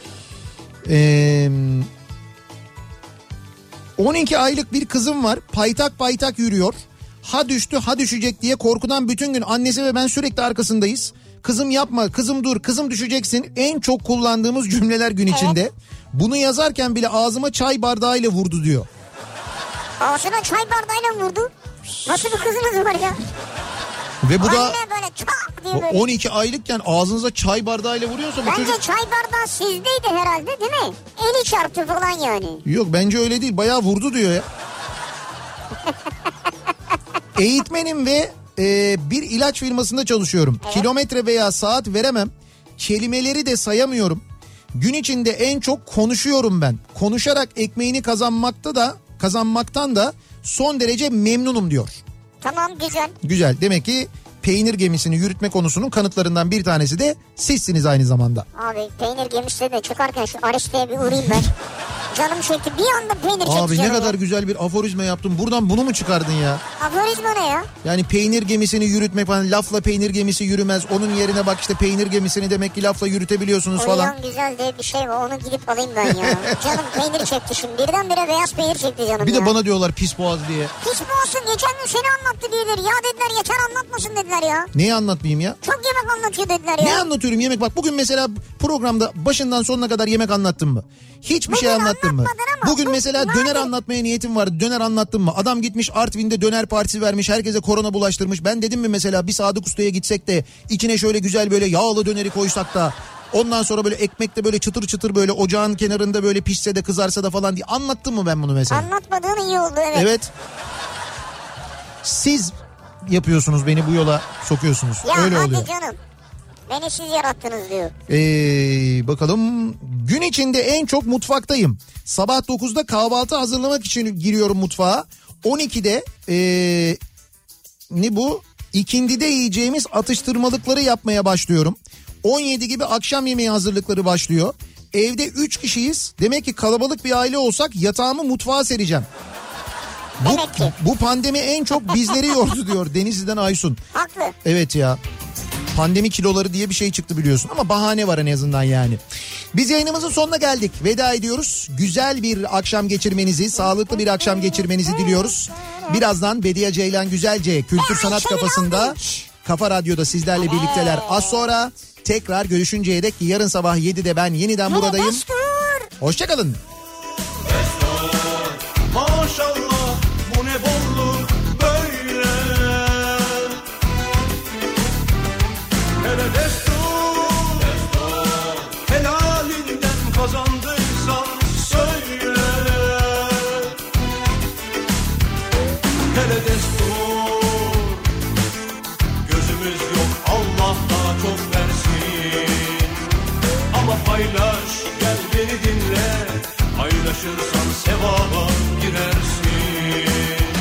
12 aylık bir kızım var. Paytak yürüyor. Ha düştü ha düşecek diye korkudan bütün gün annesi ve ben sürekli arkasındayız. Kızım yapma, kızım dur, kızım düşeceksin. En çok kullandığımız cümleler gün içinde. Evet. Bunu yazarken bile ağzıma çay bardağıyla vurdu diyor. Ağzına çay bardağıyla vurdu? Nasıl bir kızınız var ya? Ve bu da böyle çak diye böyle. 12 aylıkken ağzınıza çay bardağıyla vuruyorsa bu bence çocuk... çay bardağı sizdeydi herhalde değil mi? Eli çarptı falan yani. Yok bence öyle değil, bayağı vurdu diyor ya. Eğitmenim ve bir ilaç firmasında çalışıyorum. Evet. Kilometre veya saat veremem. Kelimeleri de sayamıyorum. Gün içinde en çok konuşuyorum ben. Konuşarak ekmeğini kazanmaktan da son derece memnunum diyor. Tamam, güzel. Güzel. Demek ki peynir gemisini yürütme konusunun kanıtlarından bir tanesi de sizsiniz aynı zamanda. Abi peynir gemisi de çıkarken şu Ariste'ye bir uğrayayım ben. Canım çekti, bir anda peynir çekti. Abi ne kadar güzel bir aforizma yaptın. Buradan bunu mu çıkardın ya? Aforizma ne ya? Yani peynir gemisini yürütmek falan, lafla peynir gemisi yürümez. Onun yerine bak işte peynir gemisini demek ki lafla yürütebiliyorsunuz falan. Uyuyan güzel diye bir şey var, onu gidip alayım ben ya. Canım peynir çekti şimdi, birdenbire beyaz peynir çekti canım bir ya. de bana diyorlar pis boğaz diye. Pis boğazsın, geçen gün seni anlattı diyorlar. Ya dediler yeter anlatmasın dediler ya. Neyi anlatmayayım ya? Çok yemek anlatıyor dediler ya. Ne anlatıyorum yemek? Bak bugün mesela programda başından sonuna kadar yemek anlattım mı? Hiçbir şey anlattın mı? Bugün mesela döner anlatmaya niyetim vardı. Döner anlattın mı? Adam gitmiş Artvin'de döner partisi vermiş. Herkese korona bulaştırmış. Ben dedim mi mesela bir Sadık Usta'ya gitsek de içine şöyle güzel böyle yağlı döneri koysak da ondan sonra böyle ekmekte böyle çıtır çıtır böyle ocağın kenarında böyle pişse de kızarsa da falan diye anlattım mı ben bunu mesela? Anlatmadığın iyi oldu, evet. Evet. Siz yapıyorsunuz, beni bu yola sokuyorsunuz. Ya öyle hadi oluyor. Canım. Beni siz yarattınız diyor. Bakalım. Gün içinde en çok mutfaktayım. Sabah 9'da kahvaltı hazırlamak için giriyorum mutfağa. 12'de ne bu? İkindide yiyeceğimiz atıştırmalıkları yapmaya başlıyorum. 17 gibi akşam yemeği hazırlıkları başlıyor. Evde 3 kişiyiz. Demek ki kalabalık bir aile olsak yatağımı mutfağa sereceğim. Bu pandemi en çok bizleri yordu diyor Denizli'den Aysun. Haklı. Evet ya. Pandemi kiloları diye bir şey çıktı biliyorsun ama bahane var en azından yani. Biz yayınımızın sonuna geldik. Veda ediyoruz. Güzel bir akşam geçirmenizi, sağlıklı bir akşam geçirmenizi diliyoruz. Birazdan Bediye Ceylan Güzelce Kültür Sanat Kafası'nda Kafa Radyo'da sizlerle birlikteler. Az sonra tekrar görüşünceye dek yarın sabah 7'de ben yeniden buradayım. Hoşçakalın. Maşallah bu ne bolluk böyle. Hele destur, helalinden kazandıysan söyle. Hele destur, gözümüz yok Allah daha çok versin. Ama paylaş gel beni dinle, paylaşırsan sevaba girersin.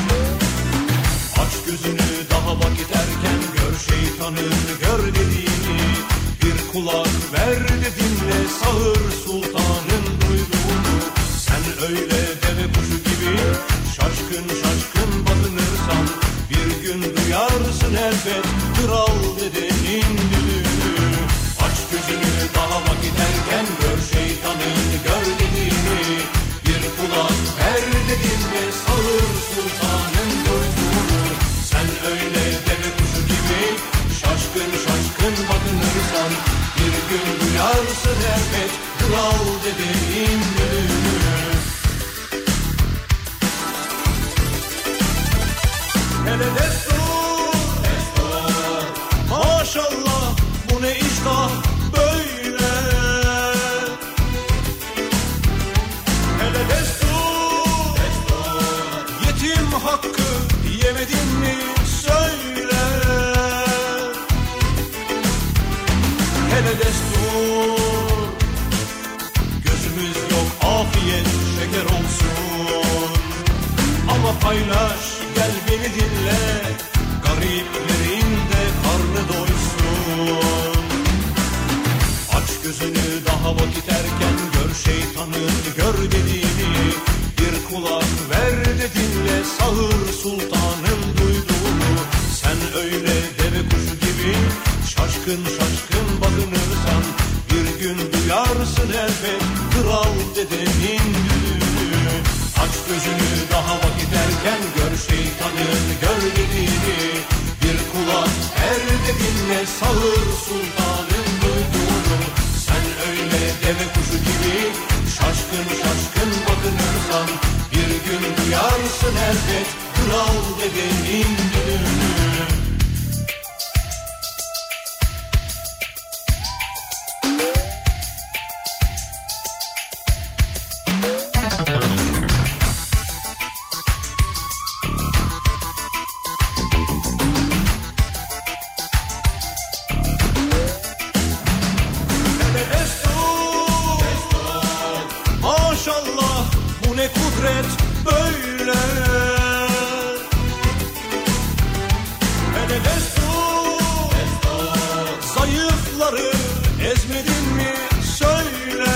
Aç gözünü daha vakit erken, gör şeytanın gör dediğini. Bir kulak ver de dinle, sağır sultanın duyduğunu. Sen öyle deve kuşu gibi şaşkın şaşkın bakınırsan, bir gün duyarsın elbet kral dedenin düdüğünü. Aç gözünü daha vakit erken, gör şeytanın gör dediğini. Bir kulak ver de dinle, sağır sultanın duyduğunu. Sen öyle deve kuşu gibi şaşkın şaşkın bakınırsan, bir gün duyarsın elbet kral dedenin düdüğünü. Hele destur, maşallah bu ne iştah böyle. Hele destur, yetim hakkı yemedin mi söyle. Hele destur, gözümüz yok afiyet şeker olsun. Ama paylaş gel beni dinle, gariplerin de karnı doysun. Aç gözünü daha vakit erken, gör şeytanın gör dediğini. Bir kulak ver de dinle, sağır sultanın duyduğunu. Sen öyle deve kuşu gibi şaşkın şaşkın bakınırsan, bir gün duyarsın elbet kral dedenin düdüğünü. Aç gözünü daha vakit erken, gör şeytanın gör dediğini. Bir kulak ver de dinle, sağır sultanın duyduğunu. Sen öyle deve kuşu gibi şaşkın şaşkın bakınırsan, bir gün duyarsın elbet kral dedenin düdüğünü. Maşallah bu ne kudret böyle. Hele destur, zayıfları ezmedin mi söyle.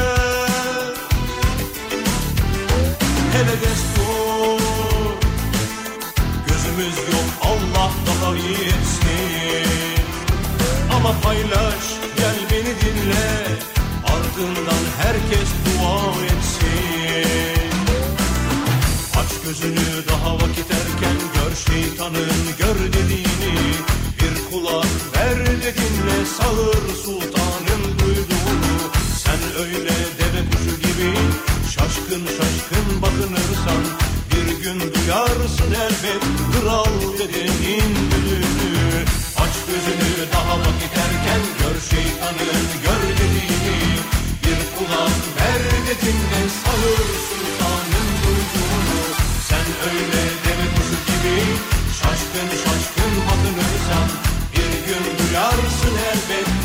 Hele destur, gözümüz yok Allah daha iyi etsin. Ama paylaş gel beni dinle, ardından herkes dua etsin. Aç gözünü daha vakit erken, gör şeytanın gör dediğini. Bir kulak ver de dinle, sağır sultanın duyduğunu. Sen öyle deve kuşu gibi şaşkın şaşkın bakınırsan, bir gün duyarsın elbet kral dedenin düdüğünü. Aç gözünü daha vakit erken, gör şeytanın gör dediğini. Bir kulak ver de dinle, sağır sultanın duyduğunu. Sen öyle deve kuşu gibi şaşkın şaşkın bakınırsan, bir gün duyarsın elbet